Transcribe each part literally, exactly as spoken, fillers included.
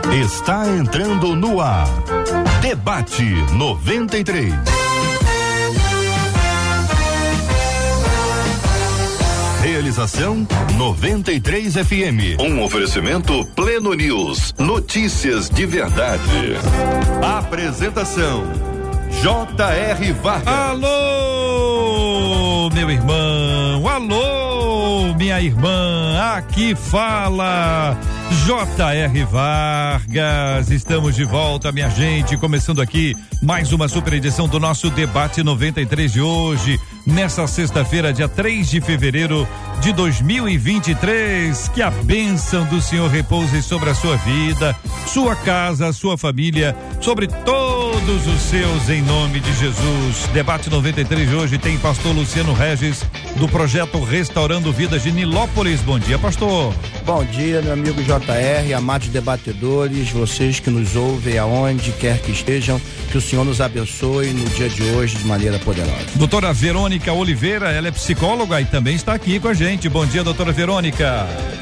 Está entrando no ar. Debate noventa e três. Realização noventa e três F M. Um oferecimento Pleno News. Notícias de verdade. Apresentação J R Vargas. Alô, meu irmão. Alô, minha irmã. Aqui fala J R Vargas. Estamos de volta, minha gente, começando aqui mais uma super edição do nosso Debate noventa e três de hoje, nessa sexta-feira, dia três de fevereiro de dois mil e vinte e três. Que a bênção do Senhor repouse sobre a sua vida, sua casa, sua família, sobre todos os seus, em nome de Jesus. Debate noventa e três de hoje tem pastor Luciano Regis, do projeto Restaurando Vidas de Nilópolis. Bom dia, pastor. Bom dia, meu amigo J R, amados debatedores, vocês que nos ouvem aonde quer que estejam, que o Senhor nos abençoe no dia de hoje de maneira poderosa. Doutora Verônica Oliveira, ela é psicóloga e também está aqui com a gente. Bom dia, doutora Verônica.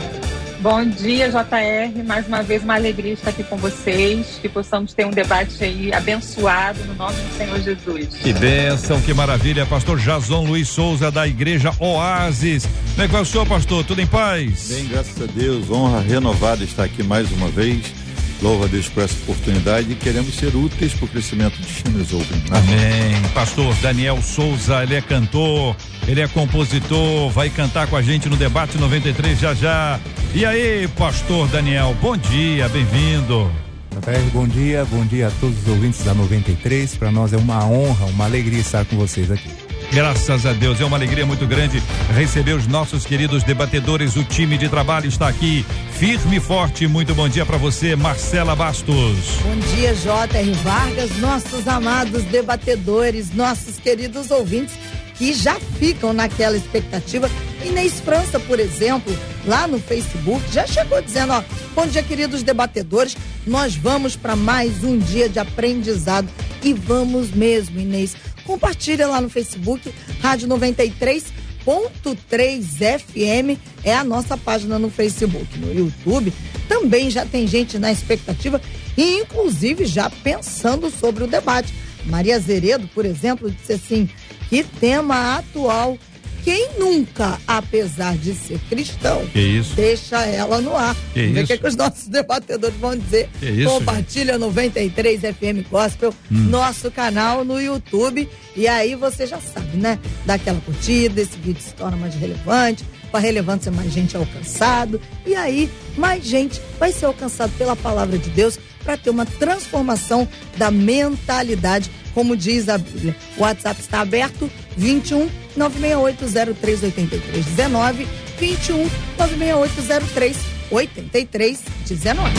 Bom dia, J R, mais uma vez uma alegria estar aqui com vocês, que possamos ter um debate aí abençoado no nome do Senhor Jesus. Que bênção, que maravilha. Pastor Jason Luiz Souza, da Igreja Oásis. Como é que vai o senhor, pastor? Tudo em paz? Bem, graças a Deus, honra renovada estar aqui mais uma vez. Louva a Deus por essa oportunidade e queremos ser úteis para o crescimento de quem nos ouve. Amém. Pastor Daniel Souza, ele é cantor, ele é compositor, vai cantar com a gente no Debate noventa e três já já. E aí, pastor Daniel, bom dia, bem-vindo. Bom dia, bom dia a todos os ouvintes da noventa e três. Para nós é uma honra, uma alegria estar com vocês aqui. Graças a Deus, é uma alegria muito grande receber os nossos queridos debatedores. O time de trabalho está aqui, firme e forte. Muito bom dia para você, Marcela Bastos. Bom dia, J R Vargas, nossos amados debatedores, nossos queridos ouvintes que já ficam naquela expectativa. Inês França, por exemplo, lá no Facebook, já chegou dizendo, ó, bom dia, queridos debatedores, nós vamos para mais um dia de aprendizado e vamos mesmo, Inês. Compartilha lá no Facebook, Rádio noventa e três ponto três F M é a nossa página no Facebook. No YouTube também já tem gente na expectativa e inclusive já pensando sobre o debate. Maria Zeredo, por exemplo, disse assim, que tema atual. Quem nunca, apesar de ser cristão, que isso? Deixa ela no ar. Que Vê o isso? que, é que os nossos debatedores vão dizer. Que isso, Compartilha gente? noventa e três F M Gospel, hum. nosso canal no YouTube. E aí você já sabe, né? Dá aquela curtida, esse vídeo se torna mais relevante. Com a relevância, mais gente é alcançado. E aí, mais gente vai ser alcançado pela palavra de Deus para ter uma transformação da mentalidade, como diz a Bíblia. O WhatsApp está aberto, vinte e um, nove seis oito, zero três oito três, dezenove, vinte e um, nove seis oito, zero três oito três, dezenove.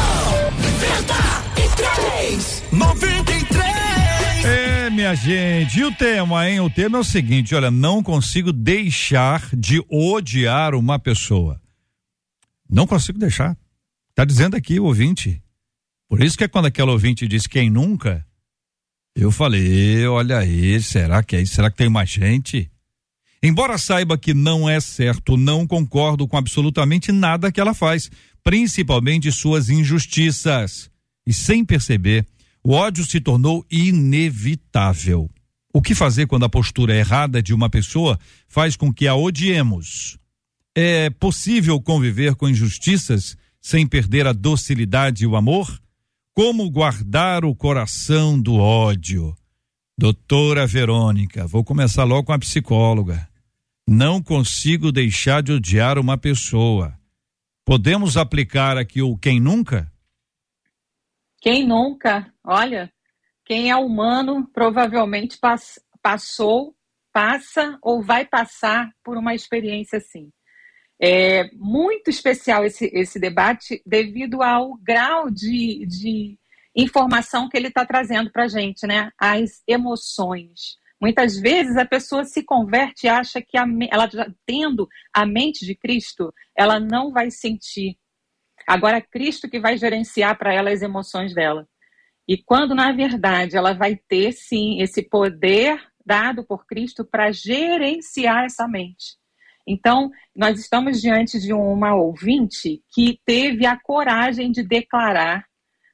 noventa e três! É, minha gente, e o tema, hein? O tema é o seguinte, olha, não consigo deixar de odiar uma pessoa. Não consigo deixar. Tá dizendo aqui o ouvinte. Por isso que é quando aquela ouvinte diz quem nunca, eu falei, olha aí, será que é isso? Será que tem mais gente? Embora saiba que não é certo, não concordo com absolutamente nada que ela faz, principalmente suas injustiças. E sem perceber, o ódio se tornou inevitável. O que fazer quando a postura errada de uma pessoa faz com que a odiemos? É possível conviver com injustiças sem perder a docilidade e o amor? Como guardar o coração do ódio? Doutora Verônica, vou começar logo com a psicóloga. Não consigo deixar de odiar uma pessoa. Podemos aplicar aqui o quem nunca? Quem nunca? Olha, quem é humano provavelmente pass- passou, passa ou vai passar por uma experiência assim. É muito especial esse, esse debate devido ao grau de, de informação que ele está trazendo para a gente, né? As emoções. Muitas vezes a pessoa se converte e acha que a, ela já tendo a mente de Cristo, ela não vai sentir. Agora é Cristo que vai gerenciar para ela as emoções dela. E quando, na verdade, ela vai ter, sim, esse poder dado por Cristo para gerenciar essa mente. Então, nós estamos diante de uma ouvinte que teve a coragem de declarar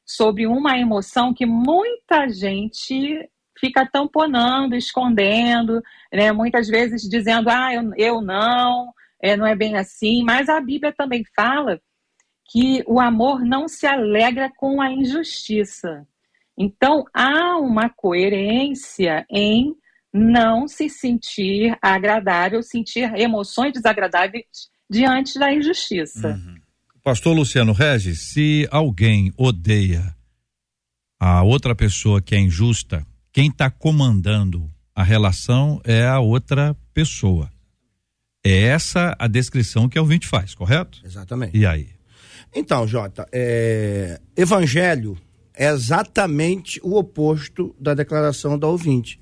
sobre uma emoção que muita gente fica tamponando, escondendo, né? Muitas vezes dizendo, ah, eu, eu não, é, não é bem assim, mas a Bíblia também fala que o amor não se alegra com a injustiça. Então, há uma coerência em não se sentir agradável, sentir emoções desagradáveis diante da injustiça. Uhum. Pastor Luciano Regis, se alguém odeia a outra pessoa que é injusta, quem está comandando a relação é a outra pessoa. É essa a descrição que o ouvinte faz, correto? Exatamente. E aí? Então, Jota, é... evangelho é exatamente o oposto da declaração da ouvinte.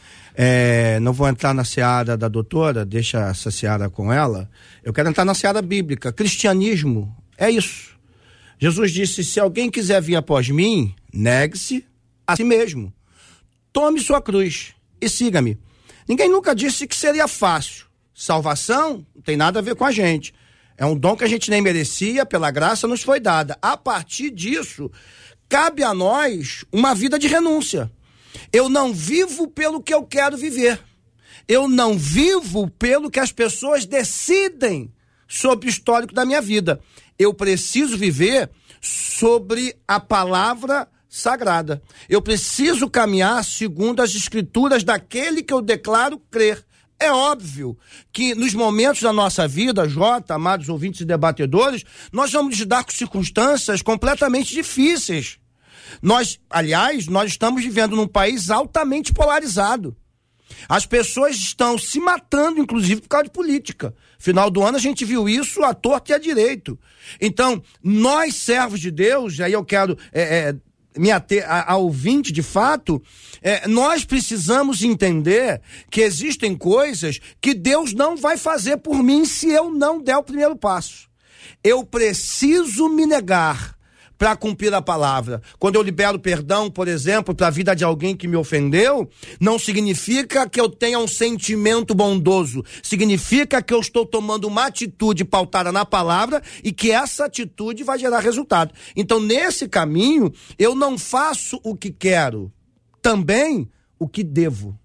É... Não vou entrar na seara da doutora, deixa essa seara com ela. Eu quero entrar na seara bíblica. Cristianismo é isso. Jesus disse, se alguém quiser vir após mim, negue-se a si mesmo. Tome sua cruz e siga-me. Ninguém nunca disse que seria fácil. Salvação não tem nada a ver com a gente. É um dom que a gente nem merecia, pela graça nos foi dada. A partir disso, cabe a nós uma vida de renúncia. Eu não vivo pelo que eu quero viver. Eu não vivo pelo que as pessoas decidem sobre o histórico da minha vida. Eu preciso viver sobre a palavra sagrada. Eu preciso caminhar segundo as escrituras daquele que eu declaro crer. É óbvio que nos momentos da nossa vida, Jota, amados ouvintes e debatedores, nós vamos lidar com circunstâncias completamente difíceis. Nós, aliás, nós estamos vivendo num país altamente polarizado. As pessoas estão se matando, inclusive, por causa de política. Final do ano a gente viu isso à torta e à direito. Então, nós, servos de Deus, aí eu quero é, é, me ater a, a ouvinte de fato, é, nós precisamos entender que existem coisas que Deus não vai fazer por mim se eu não der o primeiro passo. Eu preciso me negar para cumprir a palavra. Quando eu libero perdão, por exemplo, para a vida de alguém que me ofendeu, não significa que eu tenha um sentimento bondoso. Significa que eu estou tomando uma atitude pautada na palavra e que essa atitude vai gerar resultado. Então, nesse caminho, eu não faço o que quero, também o que devo.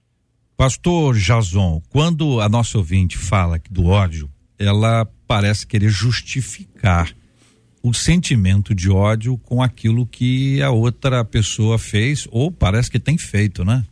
Pastor Jason, quando a nossa ouvinte fala do ódio, ela parece querer justificar o sentimento de ódio com aquilo que a outra pessoa fez ou parece que tem feito, né?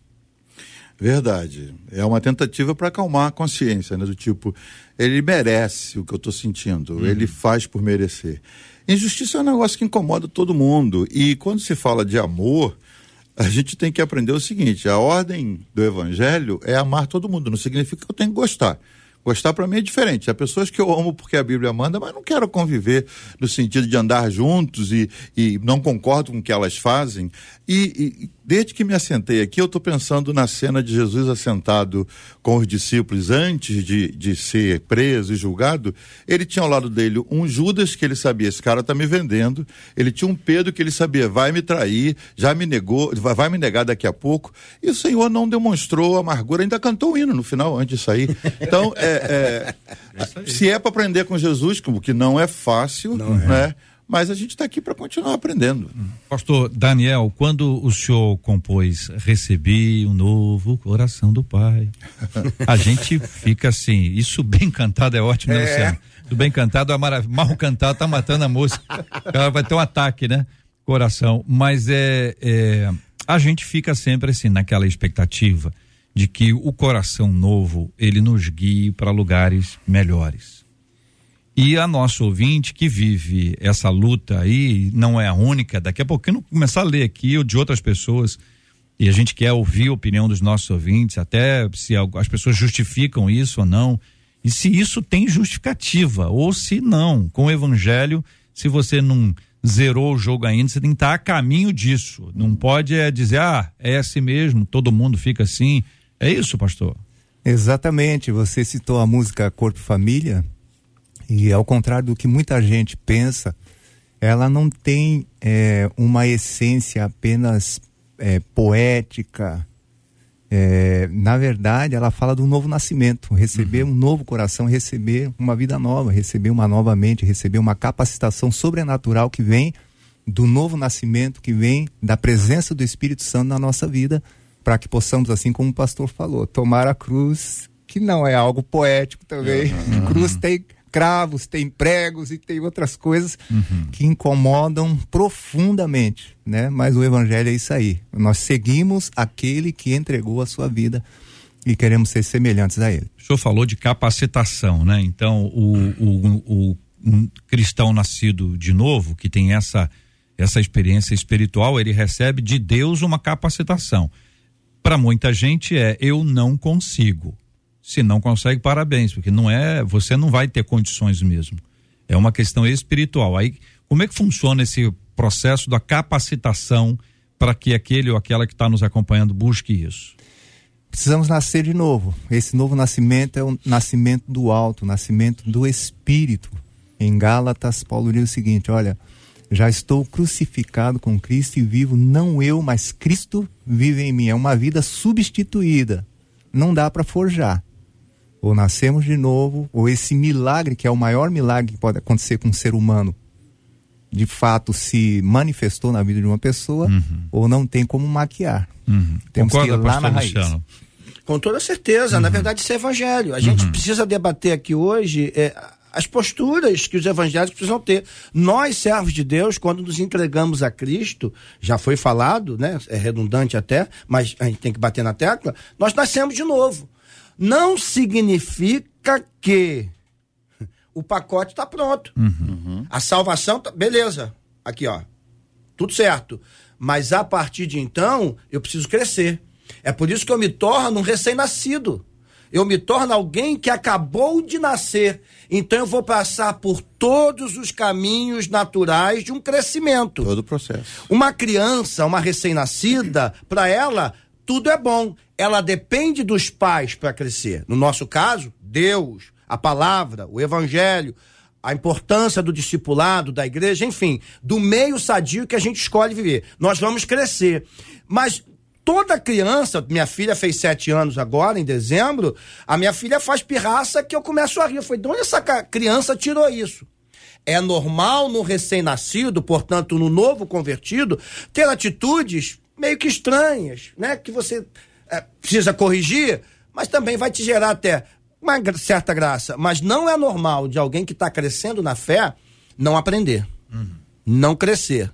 Verdade. É uma tentativa para acalmar a consciência, né? Do tipo, ele merece o que eu estou sentindo, uhum. Ele faz por merecer. Injustiça é um negócio que incomoda todo mundo e quando se fala de amor, a gente tem que aprender o seguinte, a ordem do evangelho é amar todo mundo, não significa que eu tenho que gostar. Gostar para mim é diferente. Há pessoas que eu amo porque a Bíblia manda, mas não quero conviver no sentido de andar juntos e, e não concordo com o que elas fazem. E, e desde que me assentei aqui, eu estou pensando na cena de Jesus assentado com os discípulos antes de, de ser preso e julgado. Ele tinha ao lado dele um Judas que ele sabia, esse cara está me vendendo. Ele tinha um Pedro que ele sabia, vai me trair, já me negou, vai, vai me negar daqui a pouco. E o Senhor não demonstrou amargura, ainda cantou o hino no final, antes de sair. Então, é, é, se é para aprender com Jesus, como que não é fácil, não né? É. Mas a gente está aqui para continuar aprendendo. Pastor Daniel, quando o senhor compôs Recebi um Novo Coração do Pai, a gente fica assim, isso bem cantado é ótimo, né, Luciano? Do bem cantado é maravilha, mal cantado tá matando a música, ela vai ter um ataque, né? Coração, mas é, é a gente fica sempre assim, naquela expectativa de que o coração novo, ele nos guie para lugares melhores. E a nossa ouvinte que vive essa luta aí, não é a única, daqui a pouquinho começar a ler aqui ou de outras pessoas, e a gente quer ouvir a opinião dos nossos ouvintes, até se as pessoas justificam isso ou não, e se isso tem justificativa, ou se não, com o evangelho, se você não zerou o jogo ainda, você tem que estar a caminho disso, não pode é, dizer, ah, é assim mesmo, todo mundo fica assim, é isso, pastor? Exatamente, você citou a música Corpo e Família, e ao contrário do que muita gente pensa, ela não tem é, uma essência apenas é, poética. É, na verdade, ela fala do novo nascimento, receber uhum. um novo coração, receber uma vida nova, receber uma nova mente, receber uma capacitação sobrenatural que vem do novo nascimento que vem da presença do Espírito Santo na nossa vida, para que possamos, assim como o pastor falou, tomar a cruz, que não é algo poético também. Uhum. Cruz tem cravos, tem pregos e tem outras coisas uhum. que incomodam profundamente, né? Mas o evangelho é isso aí. Nós seguimos aquele que entregou a sua vida e queremos ser semelhantes a ele. O senhor falou de capacitação, né? Então, o, o, o, o cristão nascido de novo, que tem essa, essa experiência espiritual, ele recebe de Deus uma capacitação. Para muita gente é, eu não consigo. Se não consegue, parabéns, porque não é, você não vai ter condições mesmo. É uma questão espiritual. Aí, como é que funciona esse processo da capacitação para que aquele ou aquela que está nos acompanhando busque isso? Precisamos nascer de novo. Esse novo nascimento é o nascimento do alto, o nascimento do Espírito. Em Gálatas, Paulo diz o seguinte, olha, já estou crucificado com Cristo e vivo, não eu, mas Cristo vive em mim. É uma vida substituída. Não dá para forjar. Ou nascemos de novo, ou esse milagre, que é o maior milagre que pode acontecer com um ser humano, de fato se manifestou na vida de uma pessoa, uhum. ou não tem como maquiar. Uhum. Temos Concorda, que ir lá na raiz. Luciano? Com toda certeza, uhum. na verdade isso é evangelho. A gente uhum. precisa debater aqui hoje é, as posturas que os evangélicos precisam ter. Nós, servos de Deus, quando nos entregamos a Cristo, já foi falado, né? É redundante até, mas a gente tem que bater na tecla, nós nascemos de novo. Não significa que o pacote está pronto. Uhum. A salvação, tá, beleza, aqui ó, tudo certo. Mas a partir de então, eu preciso crescer. É por isso que eu me torno um recém-nascido. Eu me torno alguém que acabou de nascer. Então eu vou passar por todos os caminhos naturais de um crescimento. Todo o processo. Uma criança, uma recém-nascida, para ela, tudo é bom. Ela depende dos pais para crescer. No nosso caso, Deus, a palavra, o evangelho, a importância do discipulado, da igreja, enfim, do meio sadio que a gente escolhe viver. Nós vamos crescer. Mas toda criança, minha filha fez sete anos agora, em dezembro, a minha filha faz pirraça que eu começo a rir. Eu falei, de onde essa criança tirou isso? É normal no recém-nascido, portanto, no novo convertido, ter atitudes meio que estranhas, né? Que você é, precisa corrigir, mas também vai te gerar até uma certa graça. Mas não é normal de alguém que está crescendo na fé não aprender, uhum. não crescer,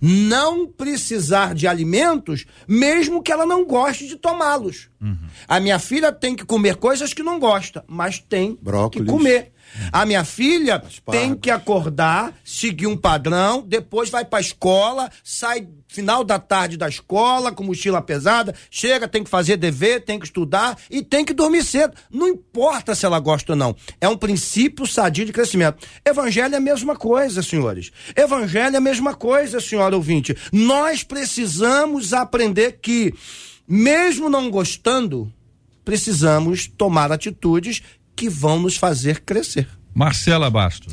não precisar de alimentos, mesmo que ela não goste de tomá-los. Uhum. A minha filha tem que comer coisas que não gosta, mas tem Brócolis. que comer. A minha filha tem que acordar, seguir um padrão, depois vai pra escola, sai final da tarde da escola com mochila pesada, chega, tem que fazer dever, tem que estudar e tem que dormir cedo. Não importa se ela gosta ou não. É um princípio sadio de crescimento. Evangelho é a mesma coisa, senhores. Evangelho é a mesma coisa, senhora ouvinte. Nós precisamos aprender que, mesmo não gostando, precisamos tomar atitudes que vão nos fazer crescer. Marcela Bastos.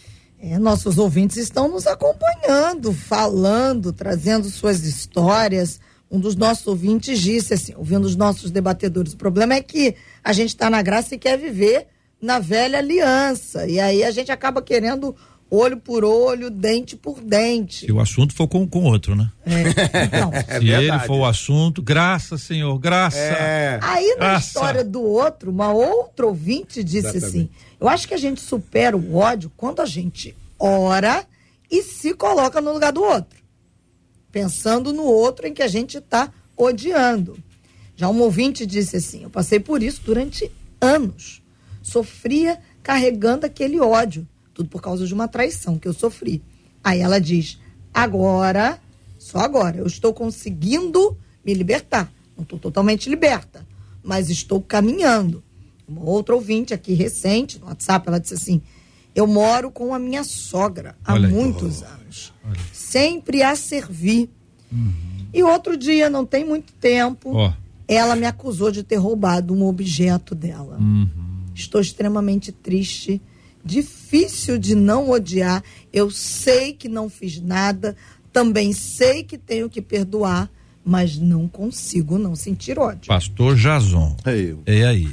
É, nossos ouvintes estão nos acompanhando, falando, trazendo suas histórias. Um dos nossos ouvintes disse assim, ouvindo os nossos debatedores, o problema é que a gente está na graça e quer viver na velha aliança. E aí a gente acaba querendo olho por olho, dente por dente. Se o assunto for com o outro, né? É, não. É Se ele for o assunto, graça, Senhor, graça. É. Aí na graça. história do outro, uma outra ouvinte disse Exatamente. assim, eu acho que a gente supera o ódio quando a gente ora e se coloca no lugar do outro, pensando no outro em que a gente está odiando. Já um ouvinte disse assim, eu passei por isso durante anos, sofria carregando aquele ódio, tudo por causa de uma traição que eu sofri. Aí ela diz, agora, só agora, eu estou conseguindo me libertar. Não estou totalmente liberta, mas estou caminhando. Uma outra ouvinte aqui recente, no WhatsApp, ela disse assim, eu moro com a minha sogra há Olha muitos aí. anos. Olha. Sempre a servir. Uhum. E outro dia, não tem muito tempo, oh. ela me acusou de ter roubado um objeto dela. Uhum. Estou extremamente triste, difícil de não odiar, eu sei que não fiz nada, também sei que tenho que perdoar, mas não consigo não sentir ódio. Pastor Jason. É eu. E aí?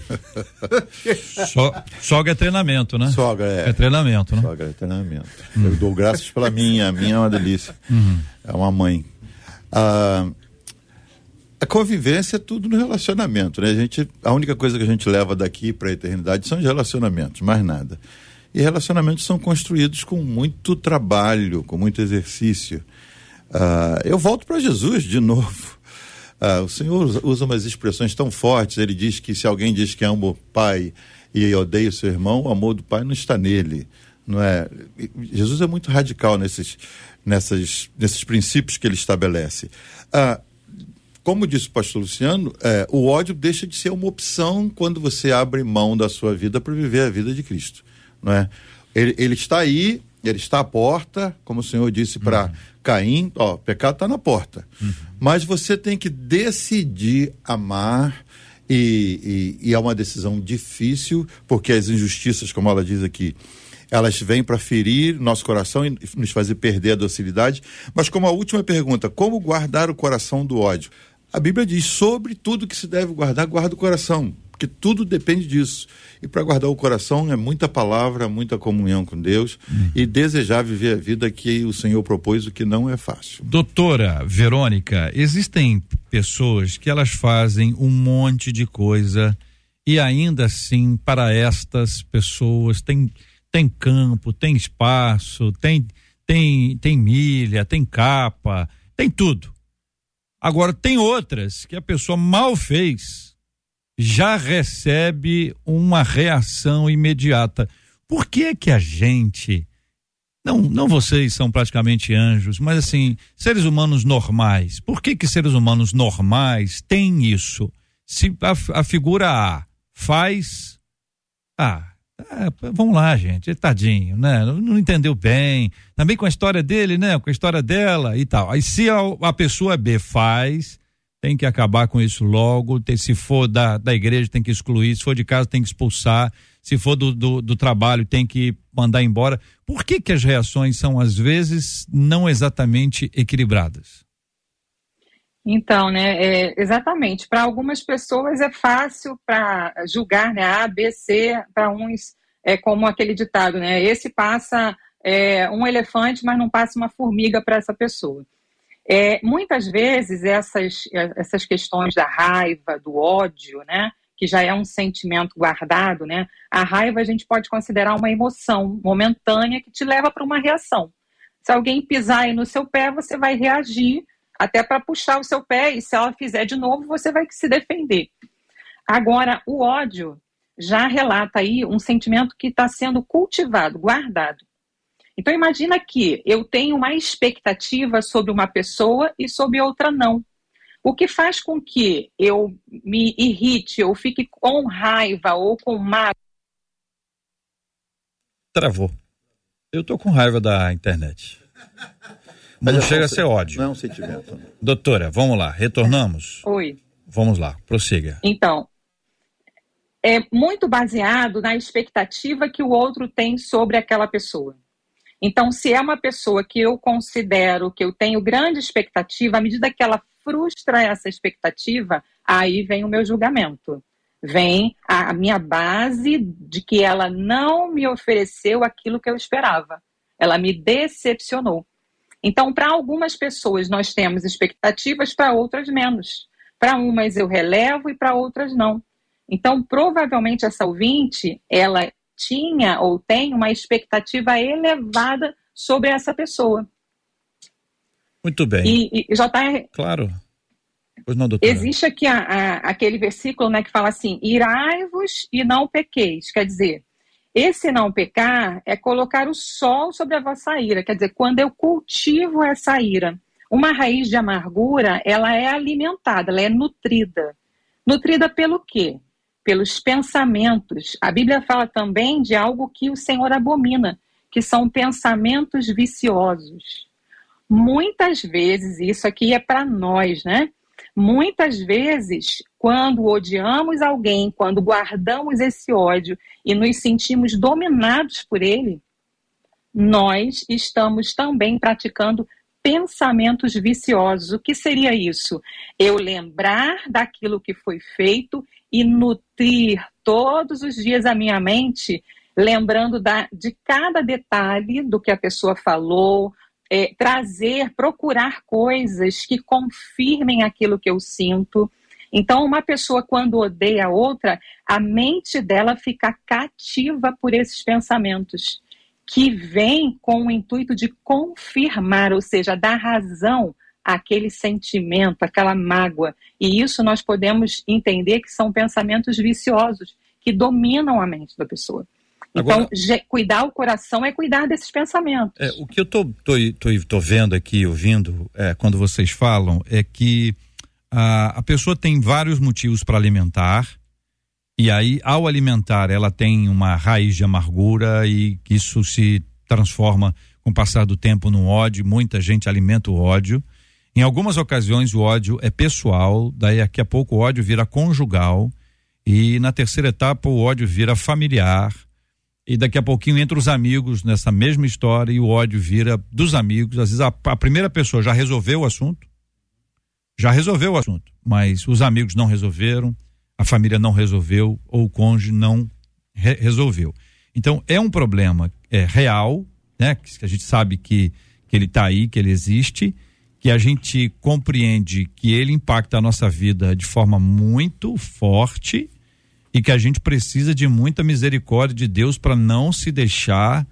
So, sogra é treinamento, né? Sogra é. É treinamento, né? Sogra é treinamento. Hum. Eu dou graças pela minha, a minha é uma delícia. Uhum. É uma mãe. Ah, a convivência é tudo no relacionamento, né? A gente, a única coisa que a gente leva daqui para a eternidade são os relacionamentos, mais nada. E relacionamentos são construídos com muito trabalho, com muito exercício. Ah, eu volto para Jesus de novo. Ah, o Senhor usa umas expressões tão fortes. Ele diz que se alguém diz que ama o pai e odeia o seu irmão, o amor do pai não está nele, não é? Jesus é muito radical nesses, nessas, nesses princípios que ele estabelece. Ah, como disse o pastor Luciano, é, o ódio deixa de ser uma opção quando você abre mão da sua vida para viver a vida de Cristo, não é? Ele, ele está aí, ele está à porta, como o Senhor disse para uhum. Caim, ó, o pecado está na porta. Uhum. Mas você tem que decidir amar, e, e, e é uma decisão difícil, porque as injustiças, como ela diz aqui, elas vêm para ferir nosso coração e nos fazer perder a docilidade. Mas como a última pergunta, como guardar o coração do ódio? A Bíblia diz, sobre tudo que se deve guardar, guarda o coração, porque tudo depende disso. E para guardar o coração é muita palavra, muita comunhão com Deus uhum. e desejar viver a vida que o Senhor propôs, o que não é fácil. Doutora Verônica, existem pessoas que elas fazem um monte de coisa e ainda assim para estas pessoas tem, tem campo, tem espaço, tem, tem, tem milha, tem capa, tem tudo. Agora tem outras que a pessoa mal fez, já recebe uma reação imediata. Por que que a gente, não, não vocês são praticamente anjos, mas assim, seres humanos normais, por que que seres humanos normais têm isso? Se a, a figura A faz, ah, ah, vamos lá, gente, tadinho, né? Não, não entendeu bem, também com a história dele, né? Com a história dela e tal. Aí se a, a pessoa B faz, tem que acabar com isso logo, tem, se for da, da igreja tem que excluir, se for de casa tem que expulsar, se for do, do, do trabalho tem que mandar embora. Por que que as reações são às vezes não exatamente equilibradas? Então, né, é, exatamente, para algumas pessoas é fácil para julgar, né, A, B, C, para uns é como aquele ditado, né, esse passa é, um elefante, mas não passa uma formiga para essa pessoa. É, muitas vezes essas, essas questões da raiva, do ódio, né, que já é um sentimento guardado, né, a raiva a gente pode considerar uma emoção momentânea que te leva para uma reação. Se alguém pisar aí no seu pé, você vai reagir até para puxar o seu pé, e se ela fizer de novo, você vai se defender. Agora, o ódio já relata aí um sentimento que está sendo cultivado, guardado. Então, imagina que eu tenho uma expectativa sobre uma pessoa e sobre outra não. O que faz com que eu me irrite, ou fique com raiva ou com mágoa. Travou. Eu tô com raiva da internet. Mas não chega a ser ódio. Não é um sentimento. Doutora, vamos lá, retornamos? Oi. Vamos lá, prossiga. Então, é muito baseado na expectativa que o outro tem sobre aquela pessoa. Então, se é uma pessoa que eu considero que eu tenho grande expectativa, à medida que ela frustra essa expectativa, aí vem o meu julgamento. Vem a minha base de que ela não me ofereceu aquilo que eu esperava. Ela me decepcionou. Então, para algumas pessoas nós temos expectativas, para outras menos. Para umas eu relevo e para outras não. Então, provavelmente essa ouvinte, ela tinha ou tem uma expectativa elevada sobre essa pessoa. Muito bem. E, e já está... Claro. Pois não, doutora. Existe aqui a, a, aquele versículo, né, que fala assim, irai-vos e não pequeis. Quer dizer, esse não pecar é colocar o sol sobre a vossa ira. Quer dizer, quando eu cultivo essa ira, uma raiz de amargura, ela é alimentada, ela é nutrida. Nutrida pelo quê? Pelos pensamentos. A Bíblia fala também de algo que o Senhor abomina, que são pensamentos viciosos. Muitas vezes, isso aqui é para nós, né? Muitas vezes, quando odiamos alguém, quando guardamos esse ódio e nos sentimos dominados por ele, nós estamos também praticando pensamentos viciosos. O que seria isso? Eu lembrar daquilo que foi feito e nutrir todos os dias a minha mente, lembrando da, de cada detalhe do que a pessoa falou, é, trazer, procurar coisas que confirmem aquilo que eu sinto. Então, uma pessoa, quando odeia a outra, a mente dela fica cativa por esses pensamentos, que vêm com o intuito de confirmar, ou seja, dar razão àquele sentimento, àquela mágoa. E isso nós podemos entender que são pensamentos viciosos, que dominam a mente da pessoa. Então, Agora, cuidar o coração é cuidar desses pensamentos. É, o que eu tô, tô, tô, tô vendo aqui, ouvindo, é, quando vocês falam, é que a, a pessoa tem vários motivos para alimentar, e aí, ao alimentar, ela tem uma raiz de amargura e isso se transforma, com o passar do tempo, no ódio. Muita gente alimenta o ódio. Em algumas ocasiões, o ódio é pessoal, daí daqui a pouco o ódio vira conjugal, e na terceira etapa o ódio vira familiar, e daqui a pouquinho entra os amigos nessa mesma história e o ódio vira dos amigos. Às vezes a, a primeira pessoa já resolveu o assunto, já resolveu o assunto, mas os amigos não resolveram, a família não resolveu ou o cônjuge não re- resolveu. Então é um problema é, real, né? Que a gente sabe que, que ele está aí, que ele existe, que a gente compreende que ele impacta a nossa vida de forma muito forte e que a gente precisa de muita misericórdia de Deus para não se deixar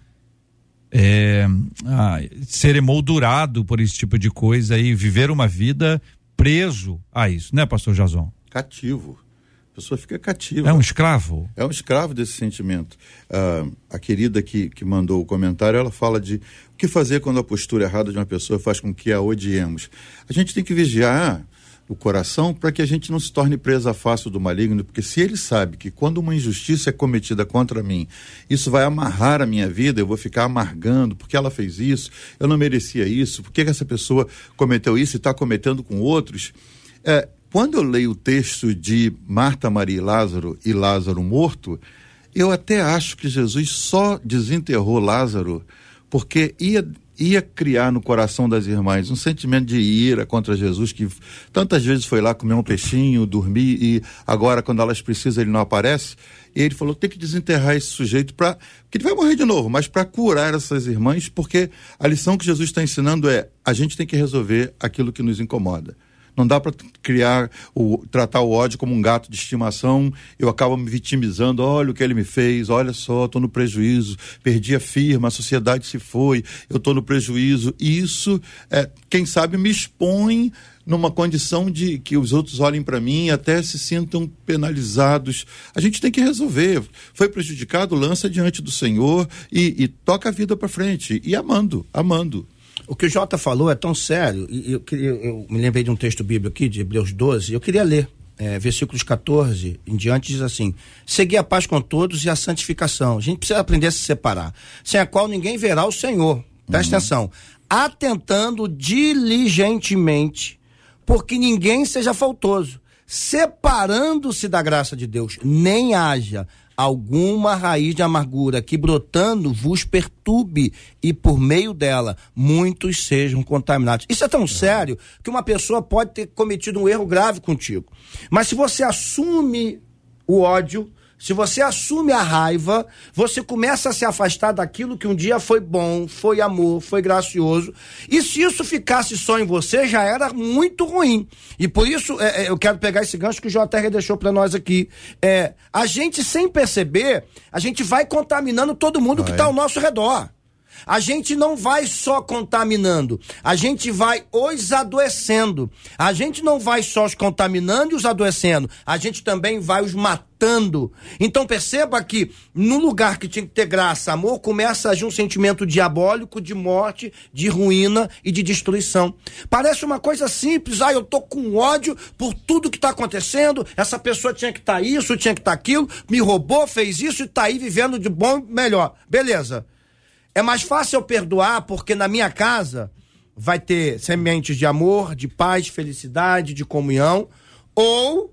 é, ah, ser emoldurado por esse tipo de coisa e viver uma vida preso a isso, né, pastor Jason? Cativo. A pessoa fica cativa. É um escravo? É um escravo desse sentimento. Ah, a querida que, que mandou o comentário, ela fala de o que fazer quando a postura errada de uma pessoa faz com que a odiemos. A gente tem que vigiar o coração para que a gente não se torne presa fácil do maligno, porque se ele sabe que quando uma injustiça é cometida contra mim, isso vai amarrar a minha vida, eu vou ficar amargando, porque ela fez isso, eu não merecia isso, por que essa pessoa cometeu isso e está cometendo com outros? É, quando eu leio o texto de Marta, Maria e Lázaro, e Lázaro morto, eu até acho que Jesus só desenterrou Lázaro porque ia, ia criar no coração das irmãs um sentimento de ira contra Jesus, que tantas vezes foi lá comer um peixinho, dormir, e agora quando elas precisam ele não aparece. E ele falou, tem que desenterrar esse sujeito, para que ele vai morrer de novo, mas para curar essas irmãs, porque a lição que Jesus está ensinando é, a gente tem que resolver aquilo que nos incomoda. Não dá para criar, o, tratar o ódio como um gato de estimação. Eu acabo me vitimizando, olha o que ele me fez, olha só, estou no prejuízo, perdi a firma, a sociedade se foi, eu estou no prejuízo. E isso, é, quem sabe, me expõe numa condição de que os outros olhem para mim e até se sintam penalizados. A gente tem que resolver. Foi prejudicado, lança diante do Senhor e, e toca a vida para frente. E amando, amando. O que o Jota falou é tão sério, e eu, queria, eu me lembrei de um texto bíblico aqui, de Hebreus doze, eu queria ler, é, versículos catorze em diante, diz assim, segui a paz com todos e a santificação. A gente precisa aprender a se separar, sem a qual ninguém verá o Senhor. Presta uhum. atenção, atentando diligentemente, porque ninguém seja faltoso, separando-se da graça de Deus, nem haja alguma raiz de amargura que brotando vos perturbe e por meio dela muitos sejam contaminados. Isso é tão sério que uma pessoa pode ter cometido um erro grave contigo. Mas se você assume o ódio, se você assume a raiva, você começa a se afastar daquilo que um dia foi bom, foi amor, foi gracioso. E se isso ficasse só em você, já era muito ruim. E por isso, é, é, eu quero pegar esse gancho que o J R deixou para nós aqui. É, a gente, sem perceber, a gente vai contaminando todo mundo ah, que está é? ao nosso redor. A gente não vai só contaminando, a gente vai os adoecendo. A gente não vai só os contaminando e os adoecendo, a gente também vai os matando. Então perceba que no lugar que tinha que ter graça, amor, começa a agir um sentimento diabólico de morte, de ruína e de destruição. Parece uma coisa simples, ah, eu tô com ódio por tudo que tá acontecendo, essa pessoa tinha que estar tá isso, tinha que estar tá aquilo, me roubou, fez isso e tá aí vivendo de bom, melhor. Beleza. É mais fácil eu perdoar porque na minha casa vai ter sementes de amor, de paz, de felicidade, de comunhão, ou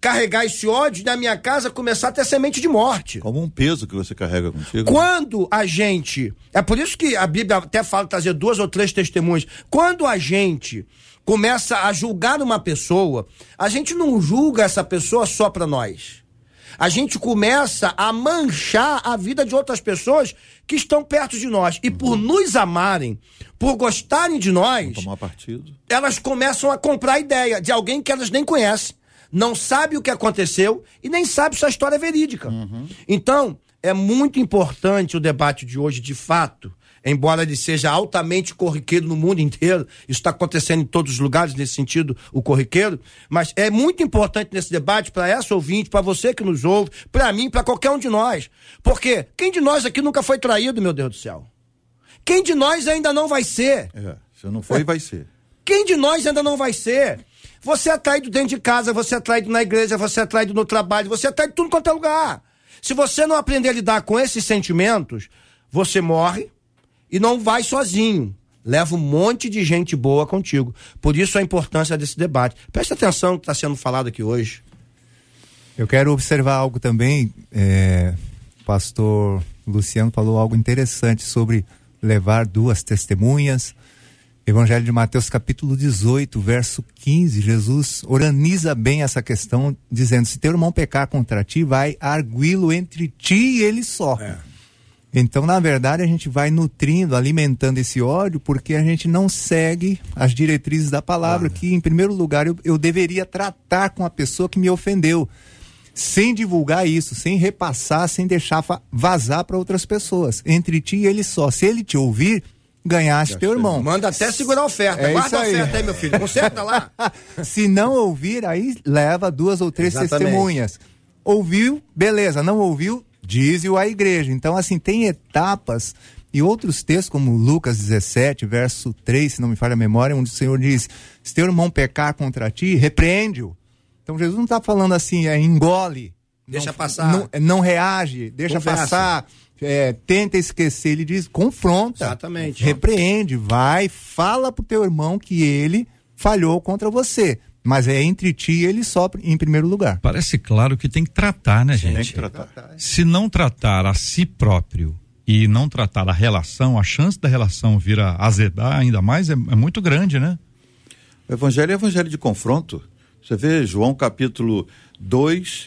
carregar esse ódio e na minha casa começar a ter semente de morte. Como um peso que você carrega contigo. Quando a gente, é por isso que a Bíblia até fala trazer duas ou três testemunhas, quando a gente começa a julgar uma pessoa, a gente não julga essa pessoa só para nós. A gente começa a manchar a vida de outras pessoas que estão perto de nós. E uhum. por nos amarem, por gostarem de nós, Vamos tomar partido. Elas começam a comprar a ideia de alguém que elas nem conhecem, não sabe o que aconteceu e nem sabe se a história é verídica. Uhum. Então, é muito importante o debate de hoje, de fato, embora ele seja altamente corriqueiro no mundo inteiro, isso está acontecendo em todos os lugares, nesse sentido, o corriqueiro, mas é muito importante nesse debate, para essa ouvinte, para você que nos ouve, para mim, para qualquer um de nós. Porque quem de nós aqui nunca foi traído, meu Deus do céu? Quem de nós ainda não vai ser? É, se não foi, é. vai ser. Quem de nós ainda não vai ser? Você é traído dentro de casa, você é traído na igreja, você é traído no trabalho, você é traído em tudo quanto é lugar. Se você não aprender a lidar com esses sentimentos, você morre e não vai sozinho. Leva um monte de gente boa contigo. Por isso a importância desse debate. Presta atenção no que está sendo falado aqui hoje. Eu quero observar algo também. É, o pastor Luciano falou algo interessante sobre levar duas testemunhas. Evangelho de Mateus, capítulo dezoito, verso quinze, Jesus organiza bem essa questão, dizendo: se teu irmão pecar contra ti, vai arguí-lo entre ti e ele só. É. Então, na verdade, a gente vai nutrindo, alimentando esse ódio, porque a gente não segue as diretrizes da palavra, claro. Que, em primeiro lugar, eu, eu deveria tratar com a pessoa que me ofendeu, sem divulgar isso, sem repassar, sem deixar vazar para outras pessoas. Entre ti e ele só. Se ele te ouvir, ganhaste teu irmão. Manda até segurar a oferta. É Guarda a oferta aí, meu filho. Conserta lá. Se não ouvir, aí leva duas ou três Exatamente. Testemunhas. Ouviu, beleza. Não ouviu, diz-o à igreja. Então, assim, tem etapas e outros textos, como Lucas dezessete, verso três, se não me falha a memória, onde o Senhor diz: se teu irmão pecar contra ti, repreende-o. Então, Jesus não está falando assim, é, engole. Deixa não, passar. Não, não reage, deixa Conversa. passar. É, tenta esquecer, ele diz, confronta. Exatamente. Repreende, vai, fala pro teu irmão que ele falhou contra você. Mas é entre ti e ele só em primeiro lugar. Parece claro que tem que tratar, né, gente? Tem que tratar. Se não tratar a si próprio e não tratar a relação, a chance da relação vir a azedar ainda mais é, é muito grande, né? O evangelho é evangelho de confronto. Você vê João capítulo dois,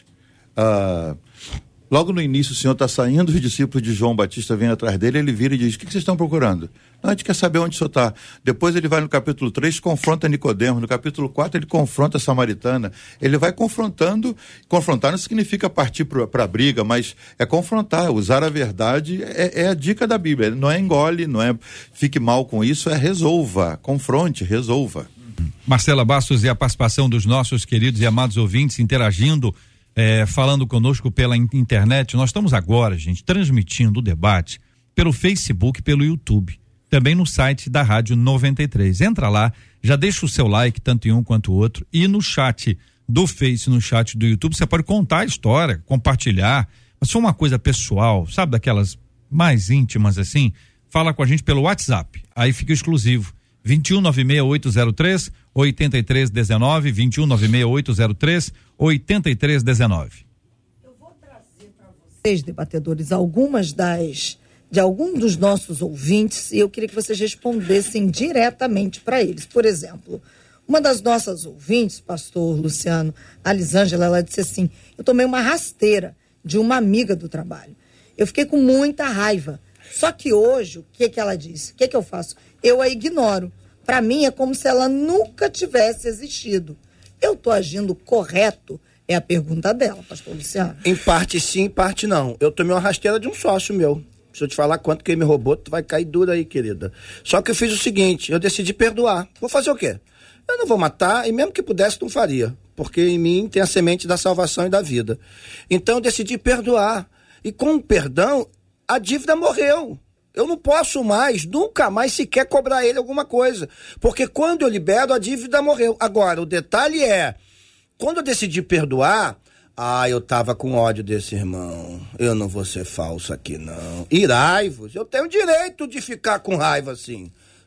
ah, logo no início o Senhor está saindo, os discípulos de João Batista vêm atrás dele, ele vira e diz: o que, que vocês estão procurando? Não, a gente quer saber onde o Senhor está. Depois ele vai no capítulo três, confronta Nicodemo. No capítulo quatro ele confronta a Samaritana. Ele vai confrontando. Confrontar não significa partir para a briga, mas é confrontar, usar a verdade é, é a dica da Bíblia. Não é engole, não é fique mal com isso, é resolva, confronte, resolva. Marcela Bastos e a participação dos nossos queridos e amados ouvintes interagindo, é, falando conosco pela internet. Nós estamos agora, gente, transmitindo o debate pelo Facebook, pelo YouTube, também no site da Rádio noventa e três. Entra lá, já deixa o seu like, tanto em um quanto o outro, e no chat do Face, no chat do YouTube, você pode contar a história, compartilhar, mas se for uma coisa pessoal, sabe, daquelas mais íntimas assim, fala com a gente pelo WhatsApp, aí fica exclusivo. vinte e um, nove seis oito zero três, oito três um nove, vinte e um, nove seis oito zero três, oito três um nove. Eu vou trazer para vocês, debatedores, algumas das, de algum dos nossos ouvintes, e eu queria que vocês respondessem diretamente para eles. Por exemplo, uma das nossas ouvintes, pastor Luciano, a Lisângela, ela disse assim: eu tomei uma rasteira de uma amiga do trabalho. Eu fiquei com muita raiva. Só que hoje, o que que ela disse? O que que eu faço? Eu a ignoro. Para mim é como se ela nunca tivesse existido. Eu estou agindo correto? É a pergunta dela, pastor Luciano. Em parte sim, em parte não. Eu tomei uma rasteira de um sócio meu. Se eu te falar quanto que ele me roubou, tu vai cair dura aí, querida. Só que eu fiz o seguinte, eu decidi perdoar. Vou fazer o quê? Eu não vou matar, e mesmo que pudesse, não faria. Porque em mim tem a semente da salvação e da vida. Então eu decidi perdoar. E com o perdão, a dívida morreu. Eu não posso mais, nunca mais sequer cobrar ele alguma coisa. Porque quando eu libero, a dívida morreu. Agora, o detalhe é, quando eu decidi perdoar, ah, eu tava com ódio desse irmão. Eu não vou ser falso aqui, não. Irai-vos. Eu tenho direito de ficar com raiva, sim.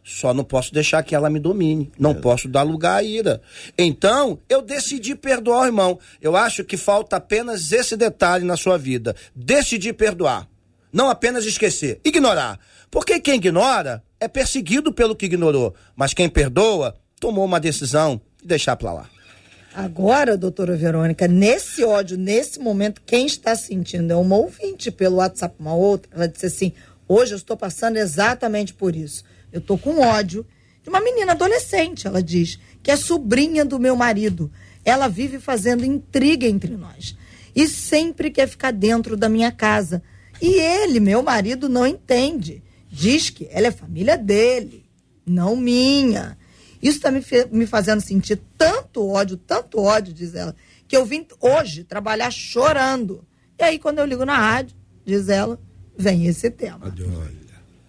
Só não posso deixar que ela me domine. Não é. posso dar lugar à ira. Então, eu decidi perdoar o irmão. Eu acho que falta apenas esse detalhe na sua vida. Decidir perdoar. Não apenas esquecer. Ignorar. Porque quem ignora é perseguido pelo que ignorou. Mas quem perdoa, tomou uma decisão de deixar pra lá. Agora, doutora Verônica, nesse ódio, nesse momento, quem está sentindo é uma ouvinte pelo WhatsApp, uma outra. Ela disse assim, hoje eu estou passando exatamente por isso. Eu estou com ódio de uma menina adolescente, ela diz, que é sobrinha do meu marido. Ela vive fazendo intriga entre nós. E sempre quer ficar dentro da minha casa. E ele, meu marido, não entende. Diz que ela é família dele, não minha. Isso está me, me fazendo sentir tanto ódio, tanto ódio, diz ela, que eu vim hoje trabalhar chorando. E aí, quando eu ligo na rádio, diz ela, vem esse tema. Adeus.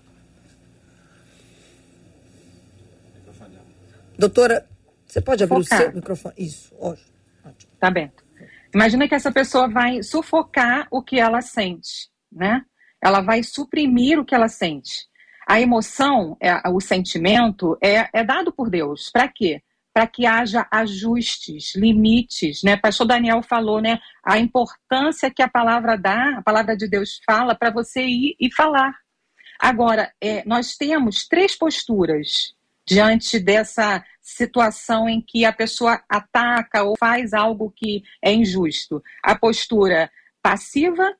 Doutora, você pode abrir Focar. o seu microfone? Isso, ótimo. ótimo. Tá aberto. Imagina que essa pessoa vai sufocar o que ela sente, né? Ela vai suprimir o que ela sente. A emoção, é, o sentimento, é, é dado por Deus. Para quê? Para que haja ajustes, limites, né? Pastor Daniel falou, né? A importância que a palavra dá, a palavra de Deus fala para você ir e falar. Agora, é, nós temos três posturas diante dessa situação em que a pessoa ataca ou faz algo que é injusto. A postura passiva,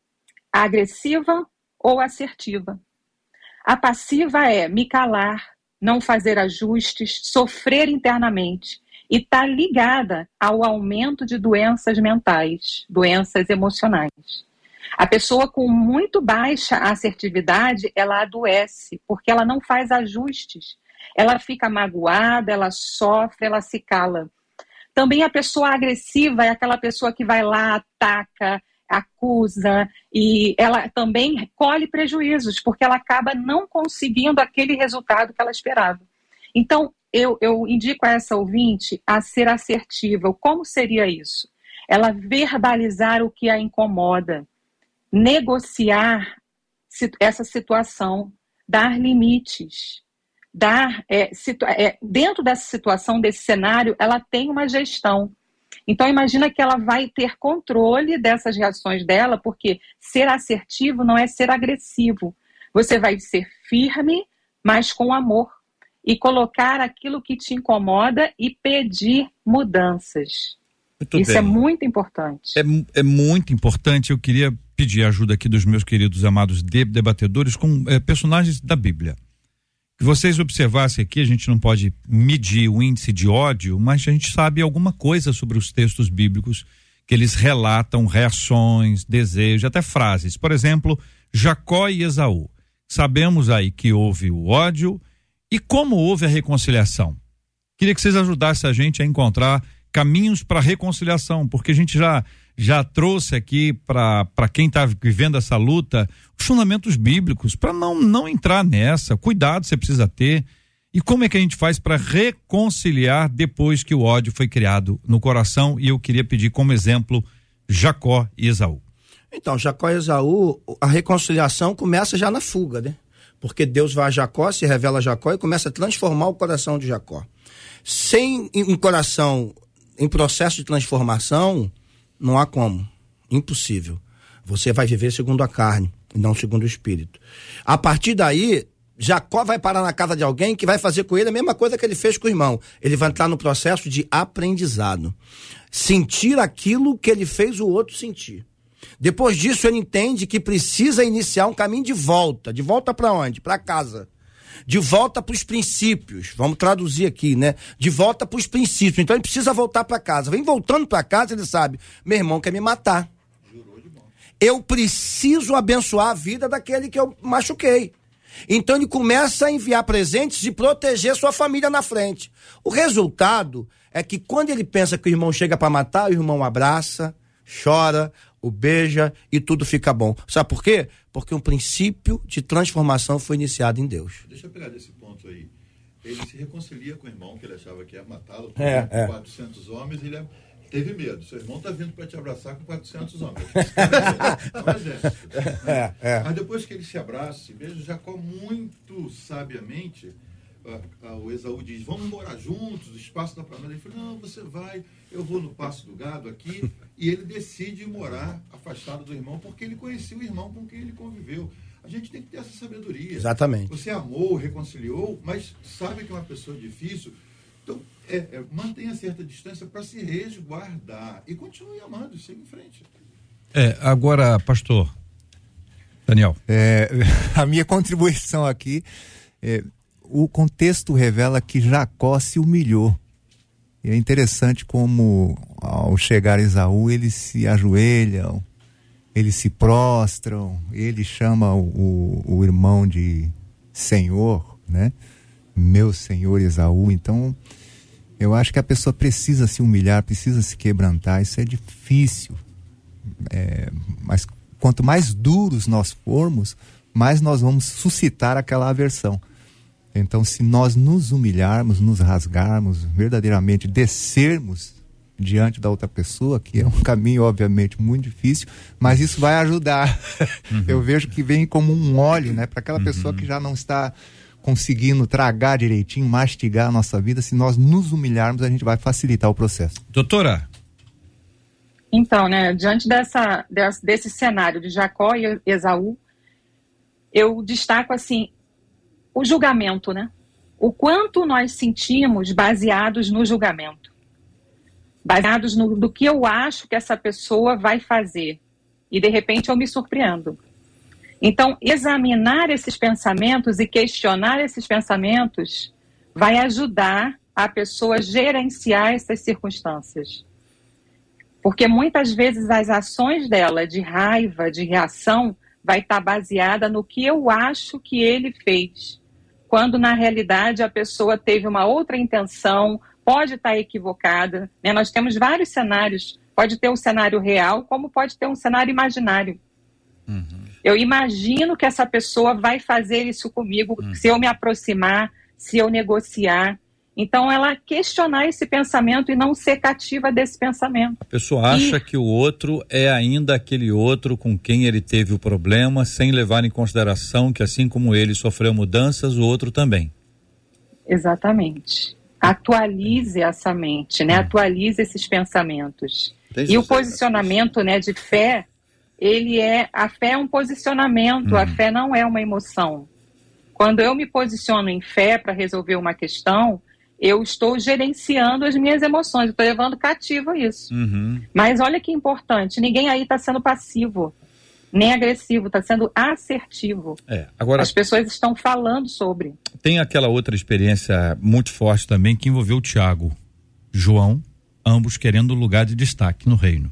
agressiva ou assertiva. A passiva é me calar, não fazer ajustes, sofrer internamente e está ligada ao aumento de doenças mentais, doenças emocionais. A pessoa com muito baixa assertividade, ela adoece, porque ela não faz ajustes. Ela fica magoada, ela sofre, ela se cala. Também a pessoa agressiva é aquela pessoa que vai lá, ataca, acusa, e ela também colhe prejuízos, porque ela acaba não conseguindo aquele resultado que ela esperava. Então, eu, eu indico a essa ouvinte a ser assertiva. Como seria isso? Ela verbalizar o que a incomoda, negociar essa situação, dar limites, dar, é, situ- é, dentro dessa situação, desse cenário, ela tem uma gestão. Então, imagina que ela vai ter controle dessas reações dela, porque ser assertivo não é ser agressivo. Você vai ser firme, mas com amor. E colocar aquilo que te incomoda e pedir mudanças. Muito Isso bem. é muito importante. É, é muito importante. Eu queria pedir a ajuda aqui dos meus queridos amados de- debatedores com é, personagens da Bíblia. Que vocês observassem aqui, a gente não pode medir o índice de ódio, mas a gente sabe alguma coisa sobre os textos bíblicos que eles relatam reações, desejos, até frases. Por exemplo, Jacó e Esaú. Sabemos aí que houve o ódio e como houve a reconciliação. Queria que vocês ajudassem a gente a encontrar caminhos para a reconciliação, porque a gente já já trouxe aqui para quem está vivendo essa luta os fundamentos bíblicos para não não entrar nessa. Cuidado você precisa ter. E como é que a gente faz para reconciliar depois que o ódio foi criado no coração? E eu queria pedir como exemplo Jacó e Esaú. Então, Jacó e Esaú, a reconciliação começa já na fuga, né? Porque Deus vai a Jacó, se revela a Jacó e começa a transformar o coração de Jacó. Sem um coração em processo de transformação, não há como. Impossível. Você vai viver segundo a carne e não segundo o espírito. A partir daí, Jacó vai parar na casa de alguém que vai fazer com ele a mesma coisa que ele fez com o irmão. Ele vai entrar no processo de aprendizado. Sentir aquilo que ele fez o outro sentir. Depois disso, ele entende que precisa iniciar um caminho de volta. De volta para onde? Para casa. De volta para os princípios. Vamos traduzir aqui, né? De volta para os princípios. Então ele precisa voltar para casa. Vem voltando para casa, ele sabe, meu irmão quer me matar. Eu preciso abençoar a vida daquele que eu machuquei. Então ele começa a enviar presentes e proteger sua família na frente. O resultado é que quando ele pensa que o irmão chega para matar, o irmão abraça, chora, o beija e tudo fica bom. Sabe por quê? Porque um princípio de transformação foi iniciado em Deus. Deixa eu pegar desse ponto aí. Ele se reconcilia com o irmão, que ele achava que ia matá-lo, com É, é. quatrocentos homens, ele teve medo. Seu irmão está vindo para te abraçar com quatrocentos homens. É um exército. É, é. Mas depois que ele se abraça e beija, Jacó muito sabiamente a, a, o Esaú diz, vamos morar juntos, o espaço da promessa. Ele falou, não, você vai, eu vou no pasto do gado aqui, e ele decide morar afastado do irmão, porque ele conhecia o irmão com quem ele conviveu. A gente tem que ter essa sabedoria. Exatamente. Você amou, reconciliou, mas sabe que é uma pessoa difícil, então é, é, mantenha certa distância para se resguardar e continue amando e segue em frente. É, agora, pastor Daniel. É, a minha contribuição aqui, é, o contexto revela que Jacó se humilhou. E é interessante como, ao chegar Esaú, eles se ajoelham, eles se prostram, ele chama o, o irmão de Senhor, né? Meu Senhor Esaú. Então, eu acho que a pessoa precisa se humilhar, precisa se quebrantar. Isso é difícil. É, mas quanto mais duros nós formos, mais nós vamos suscitar aquela aversão. Então, se nós nos humilharmos, nos rasgarmos, verdadeiramente descermos diante da outra pessoa, que é um caminho obviamente muito difícil, mas isso vai ajudar. Uhum. Eu vejo que vem como um óleo, né, para aquela uhum. pessoa que já não está conseguindo tragar direitinho, mastigar a nossa vida. Se nós nos humilharmos, a gente vai facilitar o processo. Doutora? Então, né, diante dessa, desse, desse cenário de Jacó e Esaú, eu destaco assim o julgamento, né? O quanto nós sentimos baseados no julgamento, baseados no do que eu acho que essa pessoa vai fazer, e de repente eu me surpreendo. Então, examinar esses pensamentos e questionar esses pensamentos vai ajudar a pessoa a gerenciar essas circunstâncias. Porque muitas vezes as ações dela de raiva, de reação, vai estar baseada no que eu acho que ele fez, quando na realidade a pessoa teve uma outra intenção, pode estar equivocada, né? Nós temos vários cenários, pode ter um cenário real, como pode ter um cenário imaginário. Uhum. Eu imagino que essa pessoa vai fazer isso comigo, uhum. se eu me aproximar, se eu negociar. Então, ela questionar esse pensamento e não ser cativa desse pensamento. A pessoa acha e... que o outro é ainda aquele outro com quem ele teve o problema, sem levar em consideração que, assim como ele sofreu mudanças, o outro também. Exatamente. Atualize essa mente, né? Atualize esses pensamentos. Tem e o posicionamento, né, de fé, ele é, a fé é um posicionamento, hum. a fé não é uma emoção. Quando eu me posiciono em fé para resolver uma questão, eu estou gerenciando as minhas emoções, estou levando cativo isso. Uhum. Mas olha que importante, ninguém aí está sendo passivo, nem agressivo, está sendo assertivo. É, agora, as pessoas estão falando sobre. Tem aquela outra experiência muito forte também que envolveu o Tiago, João, ambos querendo lugar de destaque no reino.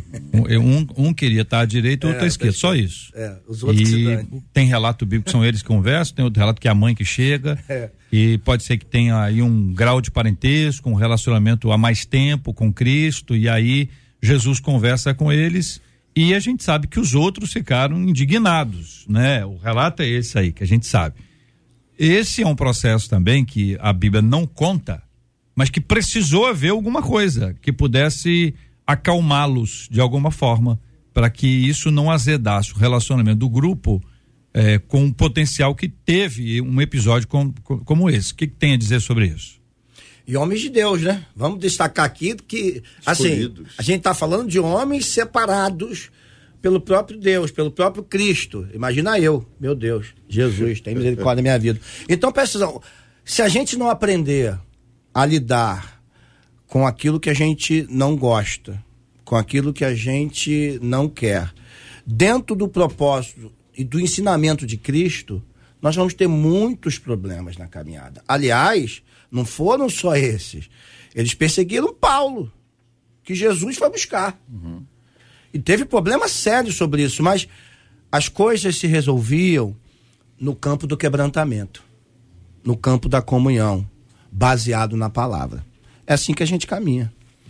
Um, um queria estar à direita, o outro à esquerda, só isso. É, os outros e tem relato bíblico que são eles que conversam, tem outro relato que é a mãe que chega, é. e pode ser que tenha aí um grau de parentesco, um relacionamento há mais tempo com Cristo, e aí Jesus conversa com eles, e a gente sabe que os outros ficaram indignados, né? O relato é esse aí, que a gente sabe. Esse é um processo também que a Bíblia não conta, mas que precisou haver alguma coisa que pudesse acalmá-los de alguma forma, para que isso não azedasse o relacionamento do grupo eh, com o potencial que teve um episódio com, com, como esse. O que, que tem a dizer sobre isso? E homens de Deus, né? Vamos destacar aqui que, assim, a gente está falando de homens separados pelo próprio Deus, pelo próprio Cristo. Imagina eu, meu Deus, Jesus, tem misericórdia da minha vida. Então, presta atenção, se a gente não aprender a lidar com aquilo que a gente não gosta, com aquilo que a gente não quer, dentro do propósito e do ensinamento de Cristo, nós vamos ter muitos problemas na caminhada. Aliás, não foram só esses. Eles perseguiram Paulo, que Jesus foi buscar. Uhum. E teve problemas sérios sobre isso, mas as coisas se resolviam no campo do quebrantamento, no campo da comunhão, baseado na palavra. É assim que a gente caminha.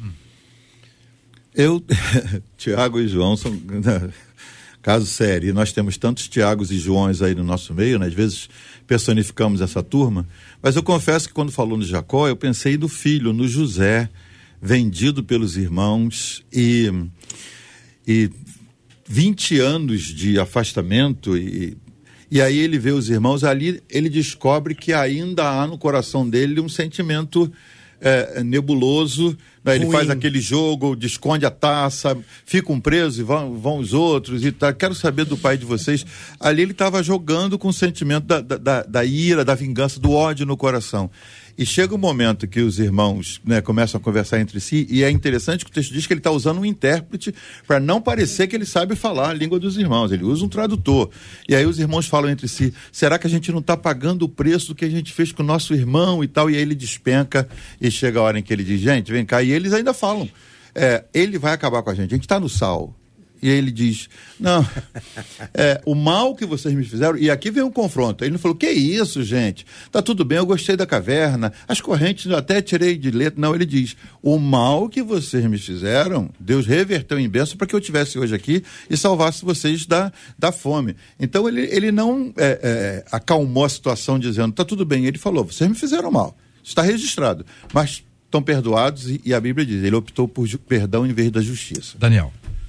Eu, Tiago e João são caso sério, e nós temos tantos Tiagos e Joões aí no nosso meio, né? Às vezes personificamos essa turma, mas eu confesso que quando falou no Jacó, eu pensei do filho, no José, vendido pelos irmãos, e, e vinte anos de afastamento, e, E aí ele vê os irmãos, ali ele descobre que ainda há no coração dele um sentimento é, nebuloso, né? Ele faz aquele jogo, esconde a taça, ficam presos e vão, vão os outros e tá. Quero saber do pai de vocês. Ali ele estava jogando com o sentimento da, da, da ira, da vingança, do ódio no coração. E chega um momento que os irmãos, né, começam a conversar entre si, e é interessante que o texto diz que ele está usando um intérprete para não parecer que ele sabe falar a língua dos irmãos. Ele usa um tradutor. E aí os irmãos falam entre si: será que a gente não está pagando o preço do que a gente fez com o nosso irmão e tal? E aí ele despenca e chega a hora em que ele diz: gente, vem cá. E eles ainda falam: é, ele vai acabar com a gente, a gente está no sal. E ele diz: não, é, o mal que vocês me fizeram, e aqui vem um confronto. Ele não falou: que isso, gente, tá tudo bem, eu gostei da caverna, as correntes eu até tirei de letra. Não, ele diz: o mal que vocês me fizeram, Deus reverteu em bênção para que eu estivesse hoje aqui e salvasse vocês da, da fome. Então ele, ele não é, é, acalmou a situação dizendo: tá tudo bem. Ele falou: vocês me fizeram mal, está registrado, mas estão perdoados, e, e a Bíblia diz, ele optou por ju- perdão em vez da justiça. Daniel.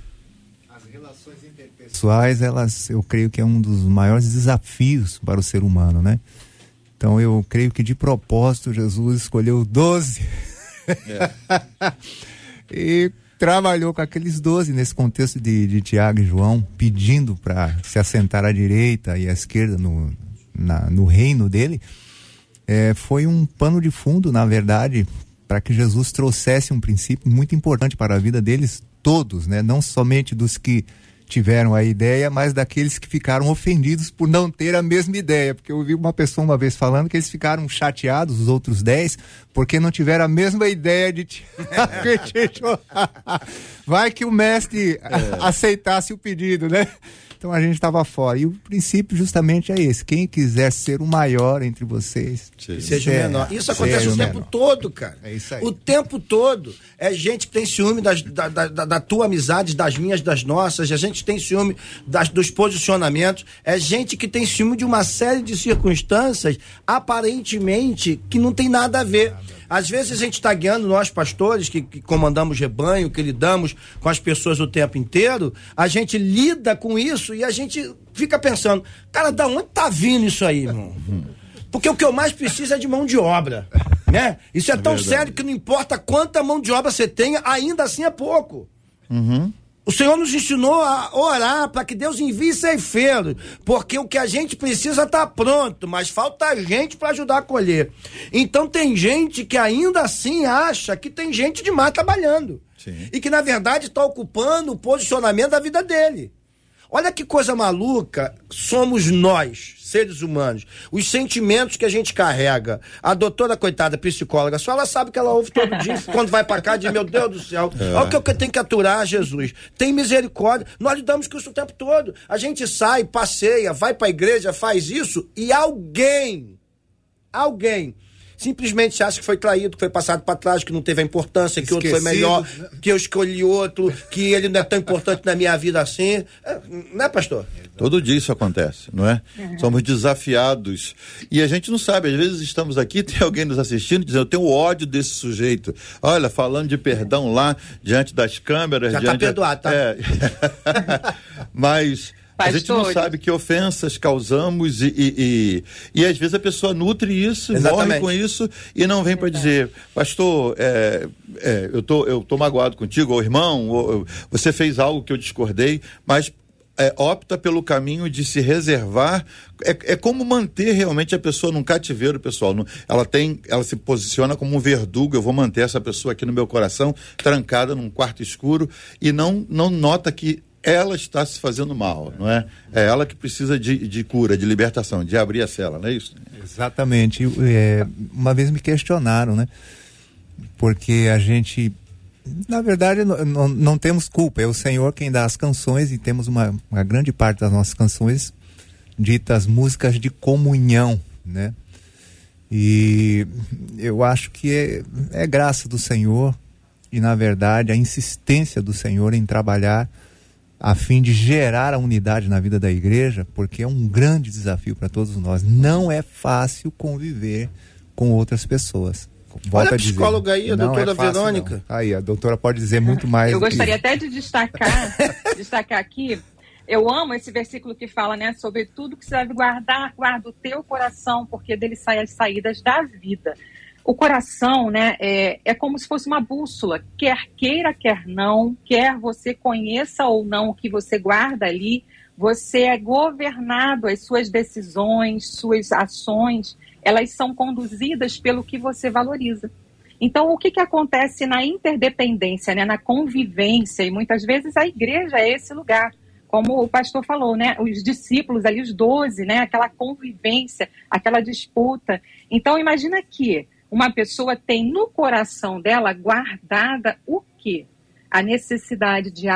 Pessoais, elas, eu creio que é um dos maiores desafios para o ser humano, né? Então eu creio que de propósito Jesus escolheu doze é. e trabalhou com aqueles doze nesse contexto de, de Tiago e João, pedindo para se assentar à direita e à esquerda no, na, no reino dele. É, foi um pano de fundo, na verdade, para que Jesus trouxesse um princípio muito importante para a vida deles todos, né? Não somente dos que tiveram a ideia, mas daqueles que ficaram ofendidos por não ter a mesma ideia, porque eu ouvi uma pessoa uma vez falando que eles ficaram chateados, os outros dez, porque não tiveram a mesma ideia de vai que o mestre é. aceitasse o pedido, né? Então a gente estava fora, e o princípio justamente é esse: quem quiser ser o maior entre vocês, Sim. seja o menor. Isso acontece o tempo menor. todo, cara. É isso aí. O tempo todo. É gente que tem ciúme das, da, da, da tua amizade, das minhas, das nossas. É gente que tem ciúme das, dos posicionamentos. É gente que tem ciúme de uma série de circunstâncias, aparentemente, que não tem nada a ver. Às vezes a gente está guiando, nós pastores que, que comandamos rebanho, que lidamos com as pessoas o tempo inteiro, a gente lida com isso e a gente fica pensando: cara, da onde tá vindo isso aí, irmão? Porque o que eu mais preciso é de mão de obra, né? Isso é, é tão verdade. sério que não importa quanta mão de obra você tenha, ainda assim é pouco. Uhum. O Senhor nos ensinou a orar para que Deus envie ceifeiros, porque o que a gente precisa está pronto, mas falta gente para ajudar a colher. Então tem gente que ainda assim acha que tem gente demais trabalhando. Sim. E que na verdade está ocupando o posicionamento da vida dele. Olha que coisa maluca somos nós, seres humanos. Os sentimentos que a gente carrega. A doutora, coitada, psicóloga, só ela sabe que ela ouve todo dia, quando vai pra cá, diz: meu Deus do céu, é. olha o que eu tenho que aturar, Jesus. Tem misericórdia. Nós lidamos com isso o tempo todo. A gente sai, passeia, vai pra igreja, faz isso, e alguém, alguém... simplesmente acha que foi traído, que foi passado para trás, que não teve a importância, que Esquecido, outro foi melhor, né? Que eu escolhi outro, que ele não é tão importante na minha vida assim. É, não é, pastor? Todo dia isso acontece, não é? Uhum. Somos desafiados. E a gente não sabe, às vezes estamos aqui, tem alguém nos assistindo dizendo: eu tenho ódio desse sujeito. Olha, falando de perdão lá, diante das câmeras. Já diante tá perdoado, tá? É. Mas... a gente não sabe que ofensas causamos e, e, e, e às vezes a pessoa nutre isso, Exatamente. morre com isso e não vem para dizer: pastor, é, é, eu tô, eu tô magoado contigo, ou irmão, ou, você fez algo que eu discordei, mas é, opta pelo caminho de se reservar. É, é como manter realmente a pessoa num cativeiro, pessoal. No, ela tem, ela se posiciona como um verdugo. Eu vou manter essa pessoa aqui no meu coração, trancada num quarto escuro, e não, não nota que ela está se fazendo mal, não é? É ela que precisa de, de cura, de libertação, de abrir a cela, não é isso? Exatamente. É, uma vez me questionaram, né? Porque a gente, na verdade, não, não, não temos culpa. É o Senhor quem dá as canções, e temos uma, uma grande parte das nossas canções ditas músicas de comunhão, né? E eu acho que é, é graça do Senhor e, na verdade, a insistência do Senhor em trabalhar a fim de gerar a unidade na vida da igreja, porque é um grande desafio para todos nós. Não é fácil conviver com outras pessoas. Volto Olha a a dizer, psicóloga aí, a doutora é fácil, Verônica. Não. Aí, a doutora pode dizer muito mais. Eu gostaria que... até de destacar, destacar aqui Eu amo esse versículo que fala, né, sobre tudo que você deve guardar, guarda o teu coração, porque dele saem as saídas da vida. O coração, né, é, é como se fosse uma bússola, quer queira, quer não, quer você conheça ou não o que você guarda ali, você é governado, as suas decisões, suas ações, elas são conduzidas pelo que você valoriza. Então, o que, que acontece na interdependência, né, na convivência, e muitas vezes a igreja é esse lugar, como o pastor falou, né, os discípulos ali, os doze, né, aquela convivência, aquela disputa. Então, imagina que uma pessoa tem no coração dela guardada o quê? A necessidade de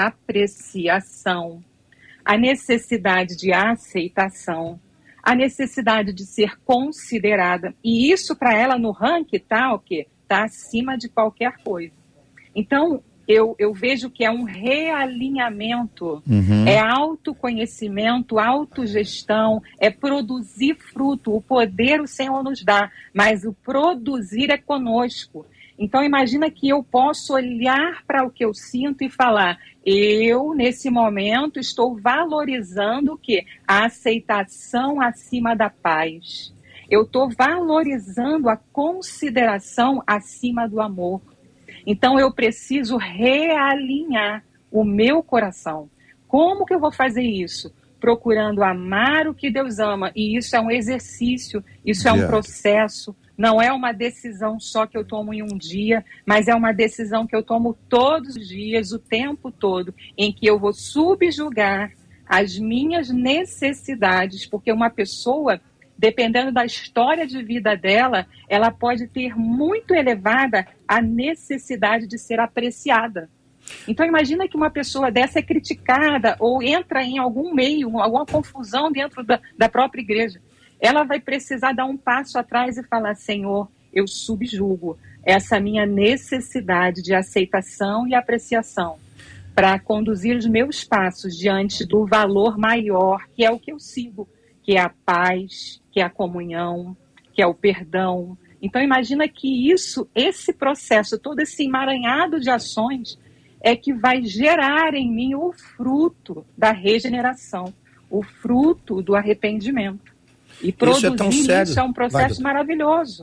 apreciação, a necessidade de aceitação, a necessidade de ser considerada. E isso para ela no ranking tá o quê? Tá acima de qualquer coisa. Então, eu, eu vejo que é um realinhamento, uhum. é autoconhecimento, autogestão, é produzir fruto. O poder o Senhor nos dá, mas o produzir é conosco. Então, imagina que eu posso olhar para o que eu sinto e falar, eu, nesse momento, estou valorizando o quê? A aceitação acima da paz. Eu estou valorizando a consideração acima do amor. Então, eu preciso realinhar o meu coração. Como que eu vou fazer isso? Procurando amar o que Deus ama. E isso é um exercício, isso é um processo. Não é uma decisão só que eu tomo em um dia, mas é uma decisão que eu tomo todos os dias, o tempo todo, em que eu vou subjugar as minhas necessidades, porque uma pessoa, dependendo da história de vida dela, ela pode ter muito elevada a necessidade de ser apreciada. Então imagina que uma pessoa dessa é criticada ou entra em algum meio, alguma confusão dentro da, da própria igreja. Ela vai precisar dar um passo atrás e falar, Senhor, eu subjugo essa minha necessidade de aceitação e apreciação para conduzir os meus passos diante do valor maior, que é o que eu sigo, que é a paz, que é a comunhão, que é o perdão. Então imagina que isso, esse processo, todo esse emaranhado de ações é que vai gerar em mim o fruto da regeneração, o fruto do arrependimento. E produzir isso é, tão sério. Isso é um processo Vai, maravilhoso.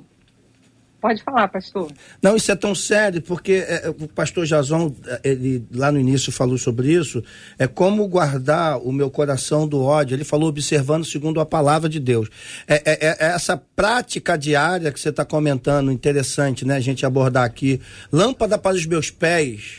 Pode falar, pastor. Não, isso é tão sério, porque é, o pastor Jason, ele lá no início falou sobre isso, é como guardar o meu coração do ódio. Ele falou observando segundo a palavra de Deus. É, é, é essa prática diária que você está comentando, interessante, né, a gente abordar aqui. Lâmpada para os meus pés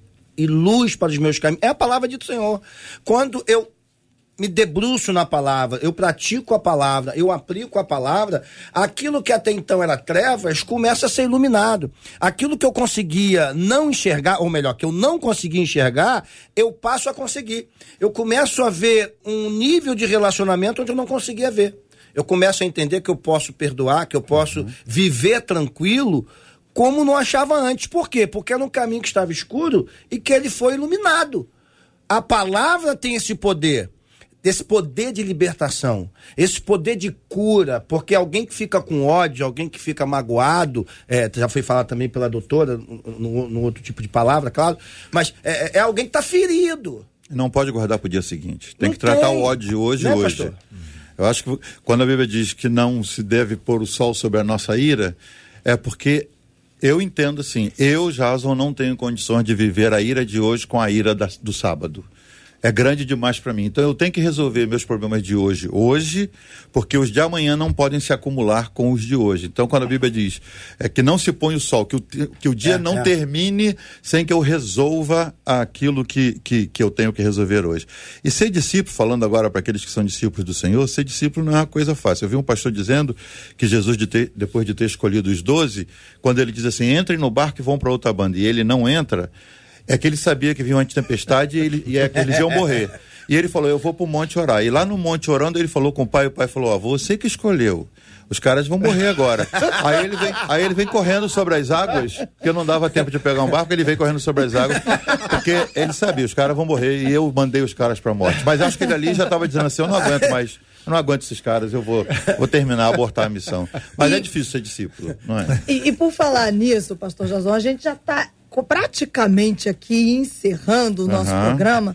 e luz para os meus caminhos. É a palavra do Senhor. Quando eu me debruço na palavra, eu pratico a palavra, eu aplico a palavra, aquilo que até então era trevas começa a ser iluminado. Aquilo que eu conseguia não enxergar, ou melhor, que eu não conseguia enxergar, eu passo a conseguir. Eu começo a ver um nível de relacionamento onde eu não conseguia ver. Eu começo a entender que eu posso perdoar, que eu posso uhum. viver tranquilo, como não achava antes. Por quê? Porque era um caminho que estava escuro e que ele foi iluminado. A palavra tem esse poder. Esse poder de libertação, esse poder de cura, porque alguém que fica com ódio, alguém que fica magoado, é, já foi falado também pela doutora, no, no outro tipo de palavra, claro, mas é, é alguém que está ferido. Não pode guardar para o dia seguinte, tem não que tratar tem. o ódio de hoje e né, hoje. Pastor? Eu acho que quando a Bíblia diz que não se deve pôr o sol sobre a nossa ira, é porque eu entendo assim, eu, Jason, não tenho condições de viver a ira de hoje com a ira da, do sábado. É grande demais para mim. Então eu tenho que resolver meus problemas de hoje, hoje, porque os de amanhã não podem se acumular com os de hoje. Então quando a Bíblia diz é, que não se põe o sol, que o, que o dia é, não é. termine sem que eu resolva aquilo que, que, que eu tenho que resolver hoje. E ser discípulo, falando agora para aqueles que são discípulos do Senhor, ser discípulo não é uma coisa fácil. Eu vi um pastor dizendo que Jesus, de ter, depois de ter escolhido os doze, quando ele diz assim, entrem no barco e vão para outra banda, e ele não entra, é que ele sabia que vinha uma tempestade e, ele, e é que eles iam morrer. E ele falou, eu vou pro monte orar. E lá no monte orando, ele falou com o pai, e o pai falou, ó, você que escolheu. Os caras vão morrer agora. Aí ele vem, aí ele vem correndo sobre as águas, porque não dava tempo de pegar um barco, ele vem correndo sobre as águas, porque ele sabia, os caras vão morrer, e eu mandei os caras pra morte. Mas acho que ele ali já estava dizendo assim, eu não aguento mais, eu não aguento esses caras, eu vou, vou terminar, abortar a missão. Mas e, é difícil ser discípulo, não é? E, e por falar nisso, pastor Jason, a gente já está praticamente aqui encerrando o nosso uhum. programa,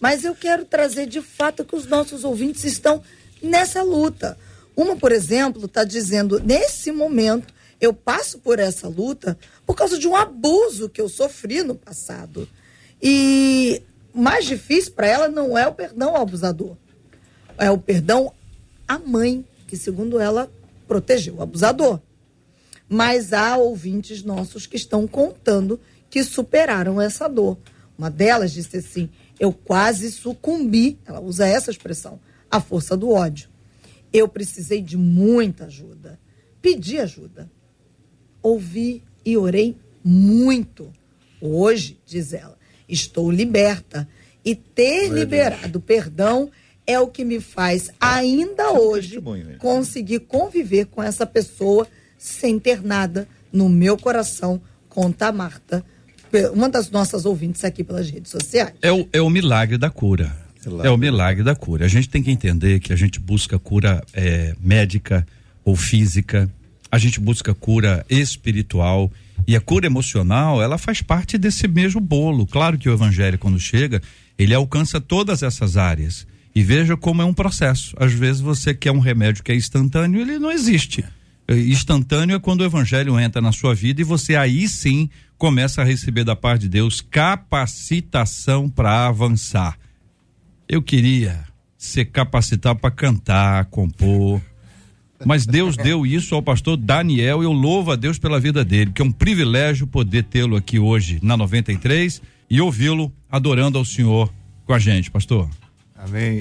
Mas eu quero trazer de fato que os nossos ouvintes estão nessa luta. Uma, por exemplo, está dizendo, nesse momento, eu passo por essa luta por causa de um abuso que eu sofri no passado. E mais difícil para ela não é o perdão ao abusador, é o perdão à mãe, que segundo ela protegeu o abusador. Mas há ouvintes nossos que estão contando que superaram essa dor. Uma delas disse assim, eu quase sucumbi, ela usa essa expressão, à força do ódio. Eu precisei de muita ajuda, pedi ajuda, ouvi e orei muito. Hoje, diz ela, estou liberta e ter Meu liberado Deus. Perdão é o que me faz ainda hoje conseguir conviver com essa pessoa sem ter nada no meu coração, conta a Marta, uma das nossas ouvintes aqui pelas redes sociais. É o, é o milagre da cura. É o milagre da cura. A gente tem que entender que a gente busca cura é, médica ou física, a gente busca cura espiritual, e a cura emocional, ela faz parte desse mesmo bolo. Claro que o evangelho, quando chega, ele alcança todas essas áreas. E veja como é um processo. Às vezes você quer um remédio que é instantâneo, ele não existe. Instantâneo é quando o evangelho entra na sua vida e você aí sim começa a receber da parte de Deus capacitação para avançar. Eu queria ser capacitado para cantar, compor, mas Deus deu isso ao pastor Daniel e eu louvo a Deus pela vida dele, que é um privilégio poder tê-lo aqui hoje na noventa e três e ouvi-lo adorando ao Senhor com a gente, pastor. Amém.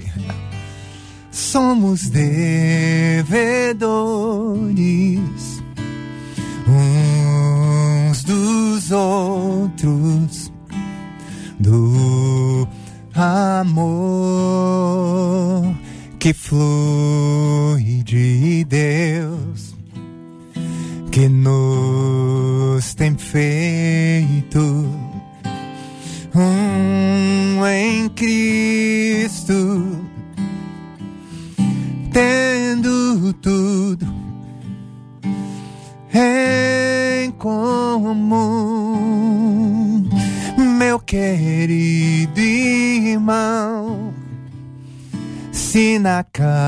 Somos devedores uns dos outros do amor que flui de Deus, que nos tem feito um em Cristo, tendo tudo em comum, meu querido irmão. Se na